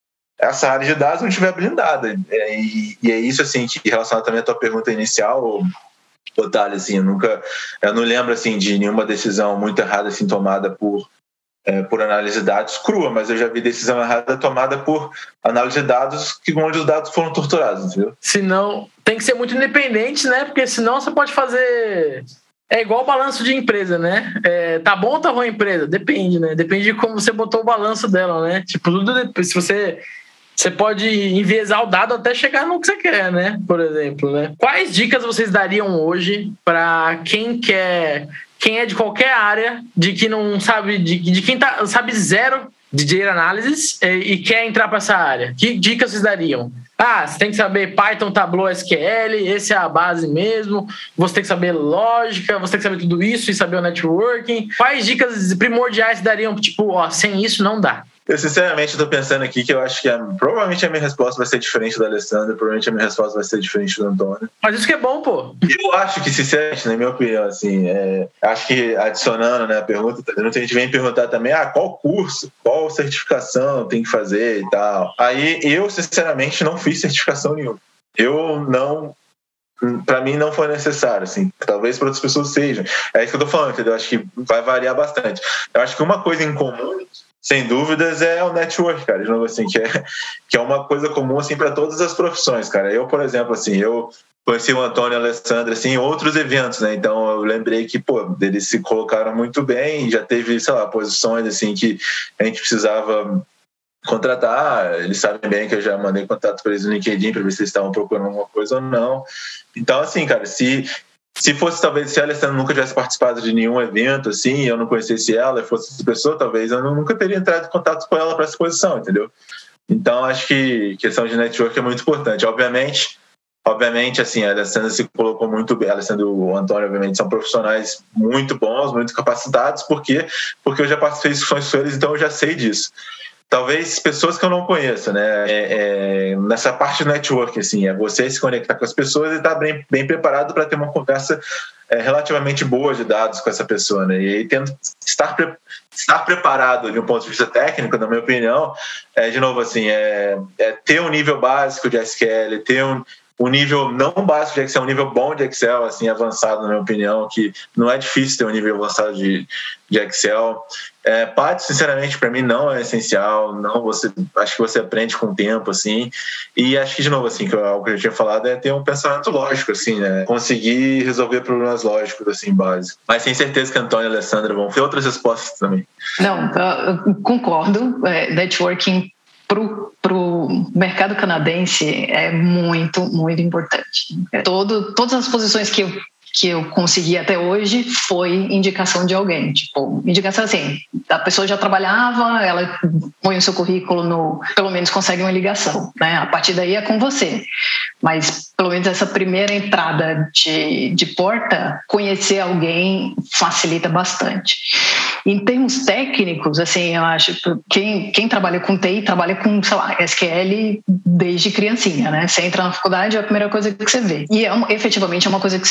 essa área de dados não estiver blindada. E, e é isso, assim, que relacionado também à tua pergunta inicial, Otália, assim, eu nunca, eu não lembro, assim, de nenhuma decisão muito errada, assim, tomada por, é, por análise de dados crua, mas eu já vi decisão errada tomada por análise de dados que onde os dados foram torturados, entendeu? Senão, tem que ser muito independente, né? Porque senão você pode fazer... É igual o balanço de empresa, né? É, tá bom ou tá ruim a empresa? Depende, né? Depende de como você botou o balanço dela, né? Tipo, tudo depois, se você... Você pode enviesar o dado até chegar no que você quer, né? Por exemplo, né? Quais dicas vocês dariam hoje para quem quer... Quem é de qualquer área, de que não sabe... De, de quem tá, sabe zero de data analysis e, e quer entrar para essa área? Que dicas vocês dariam? Ah, você tem que saber Python, Tableau, S Q L, esse é a base mesmo. Você tem que saber lógica, você tem que saber tudo isso e saber o networking. Quais dicas primordiais dariam? Tipo, ó, sem isso não dá. Eu, sinceramente, estou pensando aqui que eu acho que a, provavelmente a minha resposta vai ser diferente da Alessandra, provavelmente a minha resposta vai ser diferente do Antônio. Mas isso que é bom, pô. Eu acho que, sinceramente, na minha opinião, assim, é, acho que adicionando, né, a pergunta, a gente vem perguntar também, ah, qual curso, qual certificação tem que fazer e tal. Aí eu, sinceramente, não fiz certificação nenhuma. Eu não... Para mim não foi necessário, assim. Talvez para outras pessoas sejam. É isso que eu tô falando, entendeu? Acho que vai variar bastante. Eu acho que uma coisa em comum, sem dúvidas, é o network, cara. De novo, assim, que é, que é uma coisa comum, assim, para todas as profissões, cara. Eu, por exemplo, assim, eu conheci o Antônio e a Alessandra, assim, em outros eventos, né? Então eu lembrei que, pô, eles se colocaram muito bem, já teve, sei lá, posições, assim, que a gente precisava contratar. Eles sabem bem que eu já mandei contato para eles no LinkedIn para ver se eles estavam procurando alguma coisa ou não. Então, assim, cara, se, se fosse, talvez, se a Alessandra nunca tivesse participado de nenhum evento, assim, eu não conhecesse ela, e fosse essa pessoa, talvez eu nunca teria entrado em contato com ela para essa posição, entendeu? Então, acho que questão de network é muito importante. Obviamente, obviamente, assim, a Alessandra se colocou muito bem, a Alessandra e o Antônio, obviamente, são profissionais muito bons, muito capacitados, por quê? Porque eu já participei de discussões com eles, então eu já sei disso. Talvez pessoas que eu não conheço, né? É, é, nessa parte do network, assim, é você se conectar com as pessoas e estar bem, bem preparado para ter uma conversa é, relativamente boa de dados com essa pessoa, né? E aí, tendo, estar, pre, estar preparado de um ponto de vista técnico, na minha opinião, é, de novo, assim, é, é ter um nível básico de S Q L, ter um, um nível não básico de Excel, um nível bom de Excel, assim, avançado, na minha opinião, que não é difícil ter um nível avançado de, de Excel. É, Python, sinceramente, para mim não é essencial, não, você, acho que você aprende com o tempo, assim, e acho que, de novo, assim, que o que eu tinha falado é ter um pensamento lógico, assim, né, conseguir resolver problemas lógicos, assim, básicos. Mas sem certeza que Antônio e Alessandra vão ter outras respostas também. Não, eu concordo, é, networking pro, pro mercado canadense é muito, muito importante. Todo, todas as posições que eu que eu consegui até hoje foi indicação de alguém, tipo, indicação assim, a pessoa já trabalhava, ela põe o seu currículo no, pelo menos consegue uma ligação, né? A partir daí é com você, mas pelo menos essa primeira entrada de, de porta, conhecer alguém facilita bastante. Em termos técnicos, assim, eu acho que quem, quem trabalha com T I trabalha com, sei lá, S Q L desde criancinha, né? Você entra na faculdade, é a primeira coisa que você vê. E é, efetivamente é uma coisa que você usa muito.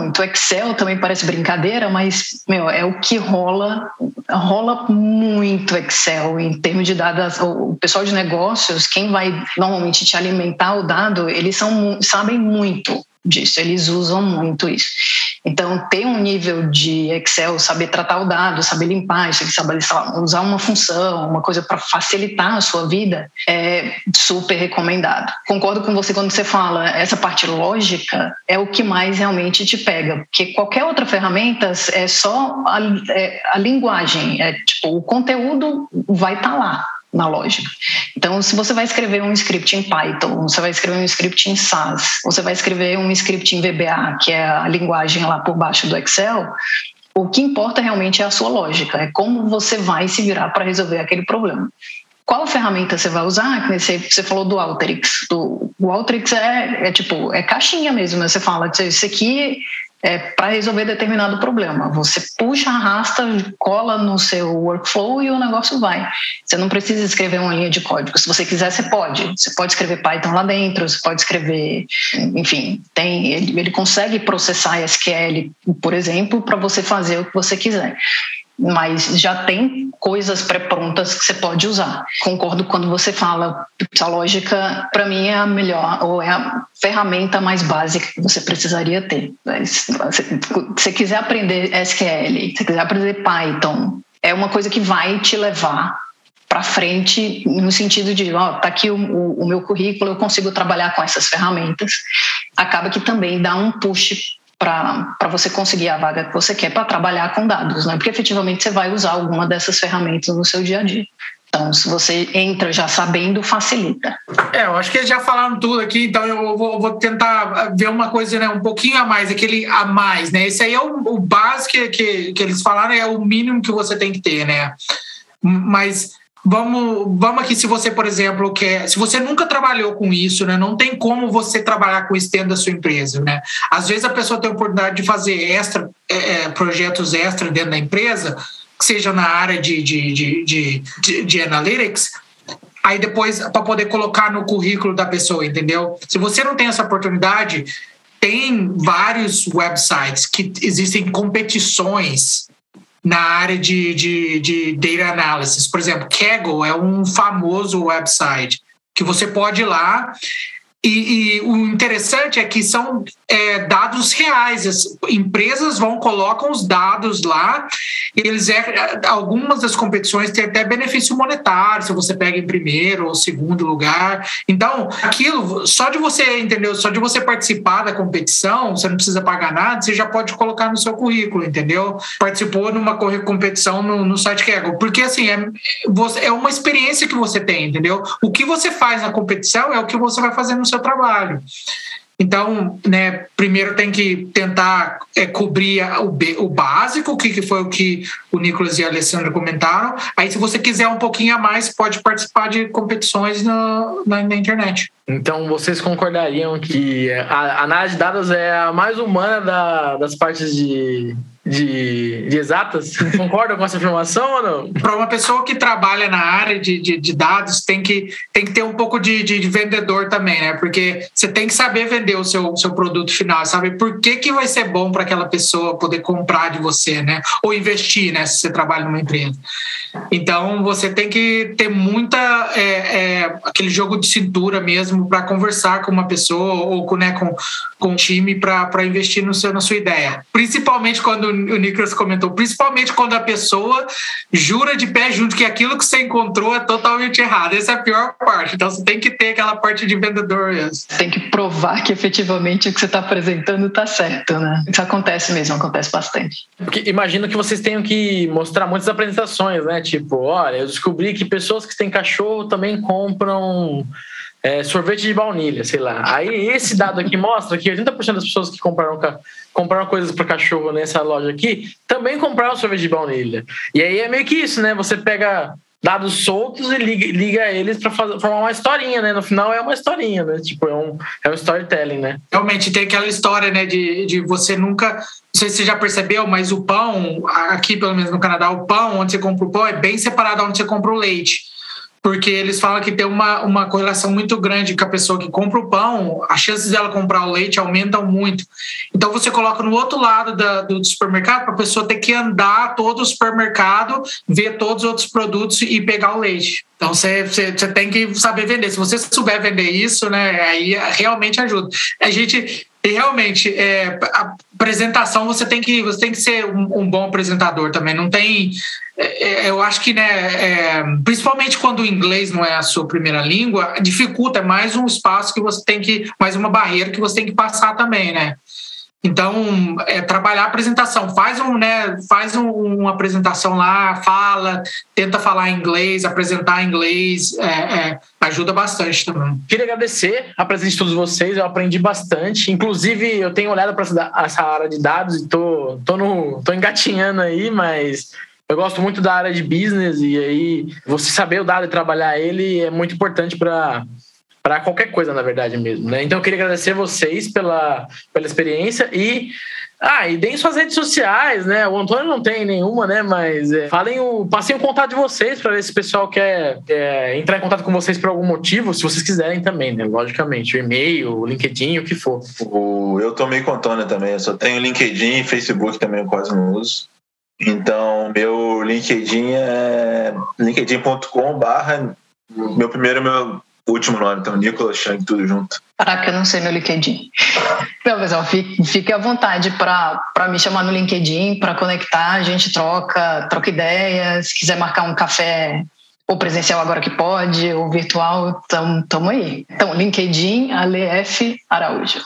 muito. Excel também parece brincadeira, mas, meu, é o que rola, rola muito Excel em termos de dados. O pessoal de negócios, quem vai normalmente te alimentar o dado, eles são, sabem muito disso, eles usam muito isso. Então, ter um nível de Excel, saber tratar o dado, saber limpar, saber usar uma função, uma coisa para facilitar a sua vida, é super recomendado. Concordo com você quando você fala, essa parte lógica é o que mais realmente te pega, porque qualquer outra ferramenta é só a, é, a linguagem, é tipo, o conteúdo vai estar lá na lógica. Então, se você vai escrever um script em Python, você vai escrever um script em SAS, você vai escrever um script em V B A, que é a linguagem lá por baixo do Excel, o que importa realmente é a sua lógica, é como você vai se virar para resolver aquele problema. Qual ferramenta você vai usar? Você, você falou do Alteryx. Do, o Alteryx é, é tipo, é caixinha mesmo, né? Você fala que isso aqui é para resolver determinado problema. Você puxa, arrasta, cola no seu workflow e o negócio vai. Você não precisa escrever uma linha de código. Se você quiser, você pode. Você pode escrever Python lá dentro, você pode escrever... Enfim, tem, ele, ele consegue processar S Q L, por exemplo, para você fazer o que você quiser. Mas já tem coisas pré-prontas que você pode usar. Concordo quando você fala que a lógica, para mim, é a melhor, ou é a ferramenta mais básica que você precisaria ter. Se você quiser aprender S Q L, se você quiser aprender Python, é uma coisa que vai te levar para frente no sentido de, ó, tá aqui o, o, o meu currículo, eu consigo trabalhar com essas ferramentas. Acaba que também dá um push para você conseguir a vaga que você quer para trabalhar com dados, né? Porque efetivamente você vai usar alguma dessas ferramentas no seu dia a dia. Então, se você entra já sabendo, facilita. É, eu acho que eles já falaram tudo aqui, então eu vou, vou tentar ver uma coisa, né, um pouquinho a mais, aquele a mais, né? Esse aí é o, o básico que, que, que eles falaram, é o mínimo que você tem que ter, né? Mas... Vamos, vamos aqui, se você, por exemplo, quer, se você nunca trabalhou com isso, né, não tem como você trabalhar com isso dentro da sua empresa, né? Às vezes a pessoa tem a oportunidade de fazer extra, é, projetos extra dentro da empresa, que seja na área de, de, de, de, de, de analytics, aí depois para poder colocar no currículo da pessoa, entendeu? Se você não tem essa oportunidade, tem vários websites que existem competições na área de, de, de data analysis. Por exemplo, Kaggle é um famoso website que você pode ir lá e, e o interessante é que são é, dados reais. As empresas vão, colocam os dados lá e eles é, algumas das competições têm até benefício monetário, se você pega em primeiro ou segundo lugar. Então, aquilo, só de você, entendeu? Só de você participar da competição, você não precisa pagar nada, você já pode colocar no seu currículo, entendeu? Participou numa competição no, no site Kaggle. Porque, assim, é, é uma experiência que você tem, entendeu? O que você faz na competição é o que você vai fazer no seu trabalho. Então, né, primeiro tem que tentar é, cobrir o, B, o básico, que, que foi o que o Nicolas e a Alessandra comentaram. Aí, se você quiser um pouquinho a mais, pode participar de competições na, na, na internet. Então, vocês concordariam que a análise de dados é a mais humana da, das partes de, de, de exatas? Concordam com essa afirmação ou não? Para uma pessoa que trabalha na área de, de, de dados, tem que, tem que ter um pouco de, de, de vendedor também, né? Porque você tem que saber vender o seu, seu produto final, saber por que, que vai ser bom para aquela pessoa poder comprar de você, né? Ou investir, né? Se você trabalha numa empresa. Então, você tem que ter muita... É, é, aquele jogo de cintura mesmo, para conversar com uma pessoa ou com, né, com, com um time para investir no seu, na sua ideia. Principalmente quando o Nicolas comentou, principalmente quando a pessoa jura de pé junto que aquilo que você encontrou é totalmente errado. Essa é a pior parte. Então você tem que ter aquela parte de vendedor mesmo. Tem que provar que efetivamente o que você está apresentando está certo, né? Isso acontece mesmo, acontece bastante. Porque imagino que vocês tenham que mostrar muitas apresentações, né? Tipo, olha, eu descobri que pessoas que têm cachorro também compram... É, sorvete de baunilha, sei lá. Aí esse dado aqui mostra que oitenta por cento das pessoas que compraram, compraram coisas para cachorro nessa loja aqui também compraram sorvete de baunilha. E aí é meio que isso, né? Você pega dados soltos e liga, liga eles para formar uma historinha, né? No final é uma historinha, né? Tipo, é um, é um storytelling, né? Realmente tem aquela história, né? De, de você nunca... Não sei se você já percebeu, mas o pão, aqui pelo menos no Canadá, o pão, onde você compra o pão, é bem separado de onde você compra o leite. porque eles falam que tem uma, uma correlação muito grande com a pessoa que compra o pão, as chances dela comprar o leite aumentam muito. Então você coloca no outro lado da, do supermercado para a pessoa ter que andar todo o supermercado, ver todos os outros produtos e pegar o leite. Então você, você, você tem que saber vender. Se você souber vender isso, né, aí realmente ajuda. A gente realmente é, a apresentação você tem que você tem que ser um, um bom apresentador também. Não tem é, eu acho que né é, principalmente quando o inglês não é a sua primeira língua, dificulta, é mais um espaço que você tem que mais uma barreira que você tem que passar também, né? Então, é, trabalhar a apresentação, faz, um, né, faz um, uma apresentação lá, fala, tenta falar inglês, apresentar em inglês, é, é, ajuda bastante também. Queria agradecer a presença de todos vocês, eu aprendi bastante. Inclusive, eu tenho olhado para essa área de dados e tô, tô, no, tô engatinhando aí, mas eu gosto muito da área de business e aí você saber o dado e trabalhar ele é muito importante para... para qualquer coisa, na verdade mesmo, né? Então eu queria agradecer vocês pela, pela experiência e ah, e deem suas redes sociais, né? O Antônio não tem nenhuma, né? Mas é, falem o, passem o contato de vocês para ver se o pessoal quer, quer entrar em contato com vocês por algum motivo, se vocês quiserem também, né? Logicamente, o e-mail, o LinkedIn, o que for. O, eu tomei com o Antônio também, eu só tenho LinkedIn e Facebook também, eu quase não uso. Então, meu LinkedIn é linkedin ponto com barra meu primeiro meu último nome, então Nicolas Chang, tudo junto. Caraca, eu não sei meu LinkedIn. Não, pessoal, fique, fique à vontade para me chamar no LinkedIn, para conectar, a gente troca, troca ideias, se quiser marcar um café ou presencial agora que pode, ou virtual, estamos aí. Então, LinkedIn, Ale F. Araújo.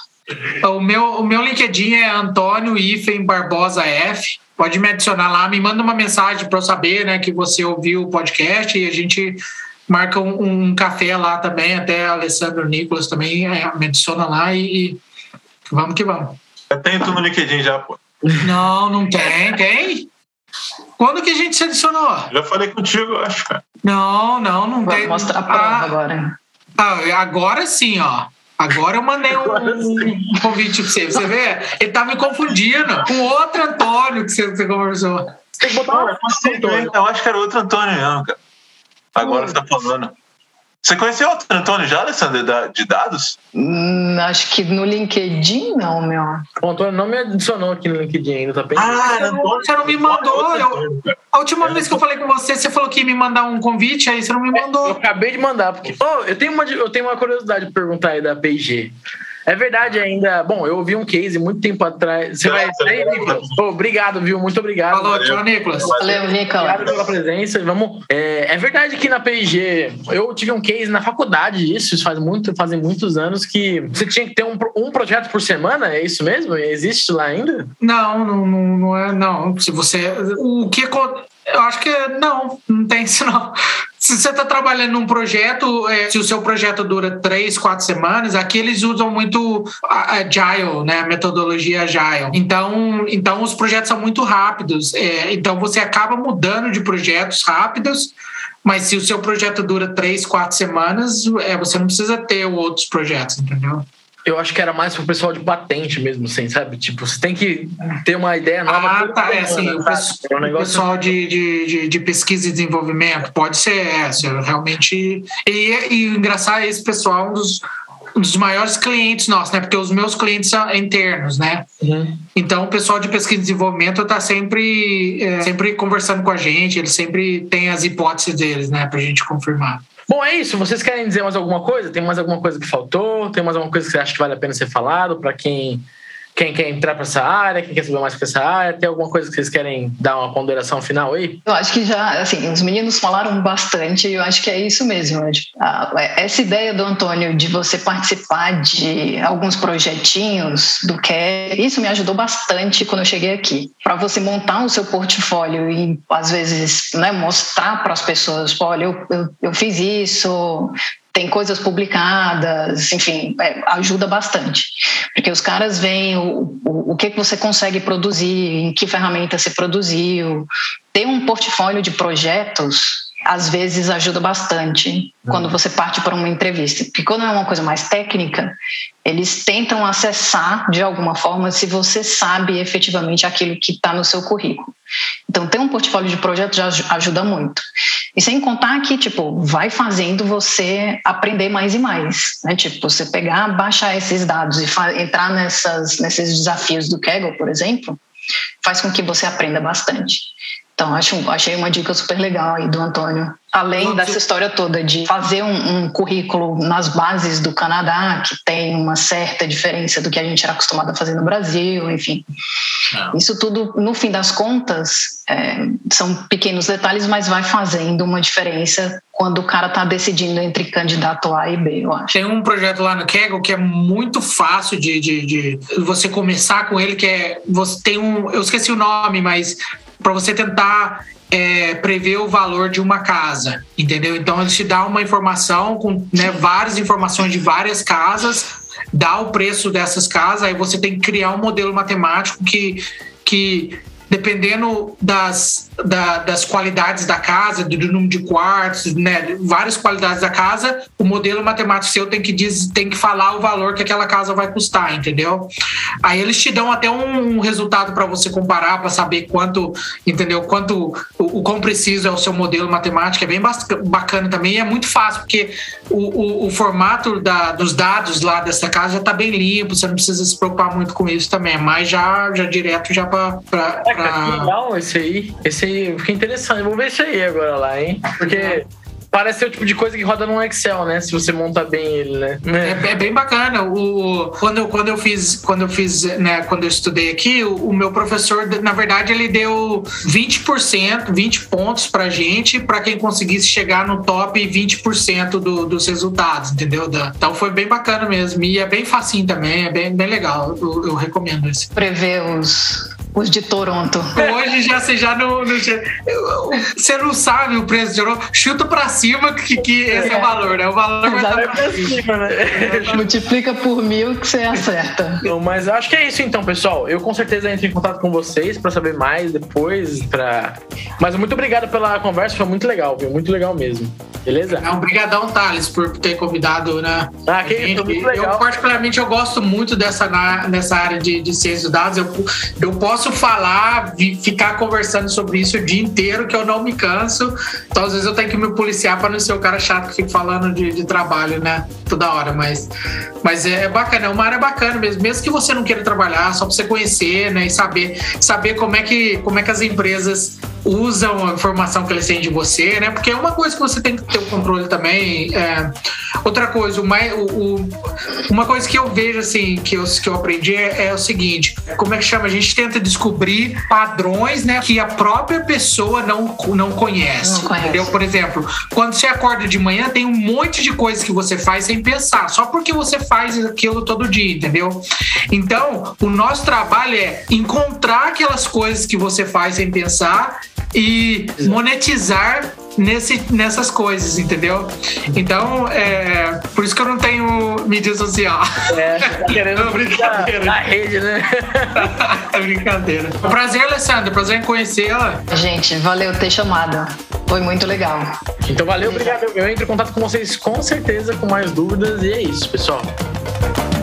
O meu, o meu LinkedIn é Antônio Hífen Barbosa F. Pode me adicionar lá, me manda uma mensagem para eu saber, né, que você ouviu o podcast e a gente marca um, um café lá também, até Alessandro Nicolas também é, me adiciona lá e, e vamos que vamos. Eu tenho tudo no LinkedIn já, pô. Não, não tem, tem? Quando que a gente se adicionou? Já falei contigo, eu acho, cara. Não, não, não Vou tem. Vou mostrar a prova ah, agora. Ah, agora sim, ó. Agora eu mandei um, um convite pra você. Você vê? Ele tá me confundindo com outro Antônio que você, você conversou. Você tem que botar uma eu, eu acho que era outro Antônio mesmo, cara. Agora você tá falando. Você conheceu outro Antônio já, Alessandro, de dados? Hum, acho que no LinkedIn não, meu. O Antônio não me adicionou aqui no LinkedIn ainda, tá pensando? Ah, Antônio, você não me mandou. Eu, a última vez que eu falei com você, você falou que ia me mandar um convite, aí você não me mandou. Eu acabei de mandar, porque oh, eu, tenho uma, eu tenho uma curiosidade de perguntar aí da P e G. É verdade ainda. Bom, eu ouvi um case muito tempo atrás. Você vai sair, Nicolas? Oh, obrigado, viu? Muito obrigado. Falou, tchau, Nicolas. Valeu, Nicolas. Obrigado pela presença. Vamos. É, é verdade que na P e G eu tive um case na faculdade disso, isso faz muito, fazem muitos anos, que você tinha que ter um, um projeto por semana, é isso mesmo? Existe lá ainda? Não, não, não, não é. Não. Se você. O que. Eu acho que não, não tem isso não. Se você está trabalhando num projeto, é, se o seu projeto dura três, quatro semanas, aqui eles usam muito a Agile, né, a metodologia Agile. Então, então os projetos são muito rápidos. É, então você acaba mudando de projetos rápidos, mas se o seu projeto dura três, quatro semanas, é, você não precisa ter outros projetos, entendeu? Eu acho que era mais pro pessoal de patente mesmo, assim, sabe? Tipo, você tem que ter uma ideia nova. Ah, tá, é assim, o, pessoal, é um o pessoal de, de, de pesquisa e desenvolvimento pode ser, é, realmente... E, e o engraçado é esse pessoal, um dos, um dos maiores clientes nossos, né? Porque os meus clientes são internos, né? Uhum. Então, o pessoal de pesquisa e desenvolvimento tá sempre, é, sempre conversando com a gente, eles sempre têm as hipóteses deles, né? Pra gente confirmar. Bom, é isso. Vocês querem dizer mais alguma coisa? Tem mais alguma coisa que faltou? Tem mais alguma coisa que você acha que vale a pena ser falado para quem, quem quer entrar para essa área, quem quer saber mais para essa área? Tem alguma coisa que vocês querem dar uma ponderação final aí? Eu acho que já, assim, os meninos falaram bastante e eu acho que é isso mesmo. Essa ideia do Antônio de você participar de alguns projetinhos do C A R E, isso me ajudou bastante quando eu cheguei aqui. Para você montar o seu portfólio e, às vezes, né, mostrar para as pessoas, olha, eu, eu, eu fiz isso... Tem coisas publicadas, enfim, é, ajuda bastante. Porque os caras veem o, o, o que você consegue produzir, em que ferramenta você produziu. Ter um portfólio de projetos às vezes ajuda bastante quando você parte para uma entrevista. Porque quando é uma coisa mais técnica, eles tentam acessar de alguma forma se você sabe efetivamente aquilo que está no seu currículo. Então, ter um portfólio de projeto já ajuda muito. E sem contar que, tipo, vai fazendo você aprender mais e mais, né? Tipo, você pegar, baixar esses dados e entrar nessas, nesses desafios do Kaggle, por exemplo, faz com que você aprenda bastante. Então, acho, achei uma dica super legal aí do Antônio. Além dessa história toda de fazer um, um currículo nas bases do Canadá, que tem uma certa diferença do que a gente era acostumado a fazer no Brasil, enfim. Não. Isso tudo, no fim das contas, é, são pequenos detalhes, mas vai fazendo uma diferença quando o cara está decidindo entre candidato A e B, eu acho. Tem um projeto lá no Kaggle que é muito fácil de, de, de você começar com ele, que é... Você tem um, eu esqueci o nome, mas... para você tentar é, prever o valor de uma casa, entendeu? Então, ele te dá uma informação com, né, várias informações de várias casas, dá o preço dessas casas, aí você tem que criar um modelo matemático que, que dependendo das, da, das qualidades da casa, do, do número de quartos, né, várias qualidades da casa, o modelo matemático seu tem que, diz, tem que falar o valor que aquela casa vai custar, entendeu? Aí eles te dão até um, um resultado para você comparar, para saber quanto, entendeu? Quanto, o, o quão preciso é o seu modelo matemático, é bem bacana também, e é muito fácil, porque o, o, o formato da, dos dados lá dessa casa já está bem limpo, você não precisa se preocupar muito com isso também, mas já, já direto já para... Que legal esse aí. Esse aí, fiquei interessante. Vou ver isso aí agora lá, hein? Porque parece ser o tipo de coisa que roda no Excel, né? Se você monta bem ele, né? É, é bem bacana. O, quando, eu, quando eu fiz, quando eu fiz, né? Quando eu estudei aqui, o, o meu professor, na verdade, ele deu vinte por cento, vinte pontos pra gente, pra quem conseguisse chegar no top vinte por cento do, dos resultados, entendeu? Da, então foi bem bacana mesmo. E é bem facinho também, é bem, bem legal. Eu, eu recomendo esse. Prever os... Os de Toronto. Hoje já você já não, não. Você não sabe o preço de Toronto. Chuta pra cima que, que esse é. é o valor, né? O valor vai estar pra cima, né? Multiplica por mil que você acerta. Não, mas acho que é isso então, pessoal. Eu com certeza entro em contato com vocês pra saber mais depois. Pra... Mas muito obrigado pela conversa, foi muito legal, viu? Muito legal mesmo. Beleza? É, obrigadão, Thales, por ter convidado, né? Ah, que isso, muito legal. Eu, particularmente, eu gosto muito dessa, nessa área de, de ciência dos dados. Eu, eu posso falar, ficar conversando sobre isso o dia inteiro, que eu não me canso. Então, às vezes, eu tenho que me policiar para não ser o cara chato que fica falando de, de trabalho, né? Toda hora. Mas, mas é bacana, é uma área bacana mesmo. Mesmo que você não queira trabalhar, só para você conhecer, né? E saber, saber como, é que, como é que as empresas usam a informação que eles têm de você, né? Porque é uma coisa que você tem que ter o controle também. É... Outra coisa, uma, o, o, uma coisa que eu vejo, assim, que eu, que eu aprendi é, é o seguinte, como é que chama? A gente tenta descobrir padrões, né, que a própria pessoa não, não conhece. Não conhece. Entendeu? Por exemplo, quando você acorda de manhã, tem um monte de coisas que você faz sem pensar, só porque você faz aquilo todo dia, entendeu? Então, o nosso trabalho é encontrar aquelas coisas que você faz sem pensar e monetizar nesse, nessas coisas, entendeu? Então, é, por isso que eu não tenho mídia social. É, tá querendo é brincadeira. Na rede, né? É brincadeira. Prazer, Alessandra, prazer em conhecê-la. Gente, valeu ter chamado. Foi muito legal. Então, valeu, obrigado. Eu entro em contato com vocês com certeza com mais dúvidas e é isso, pessoal.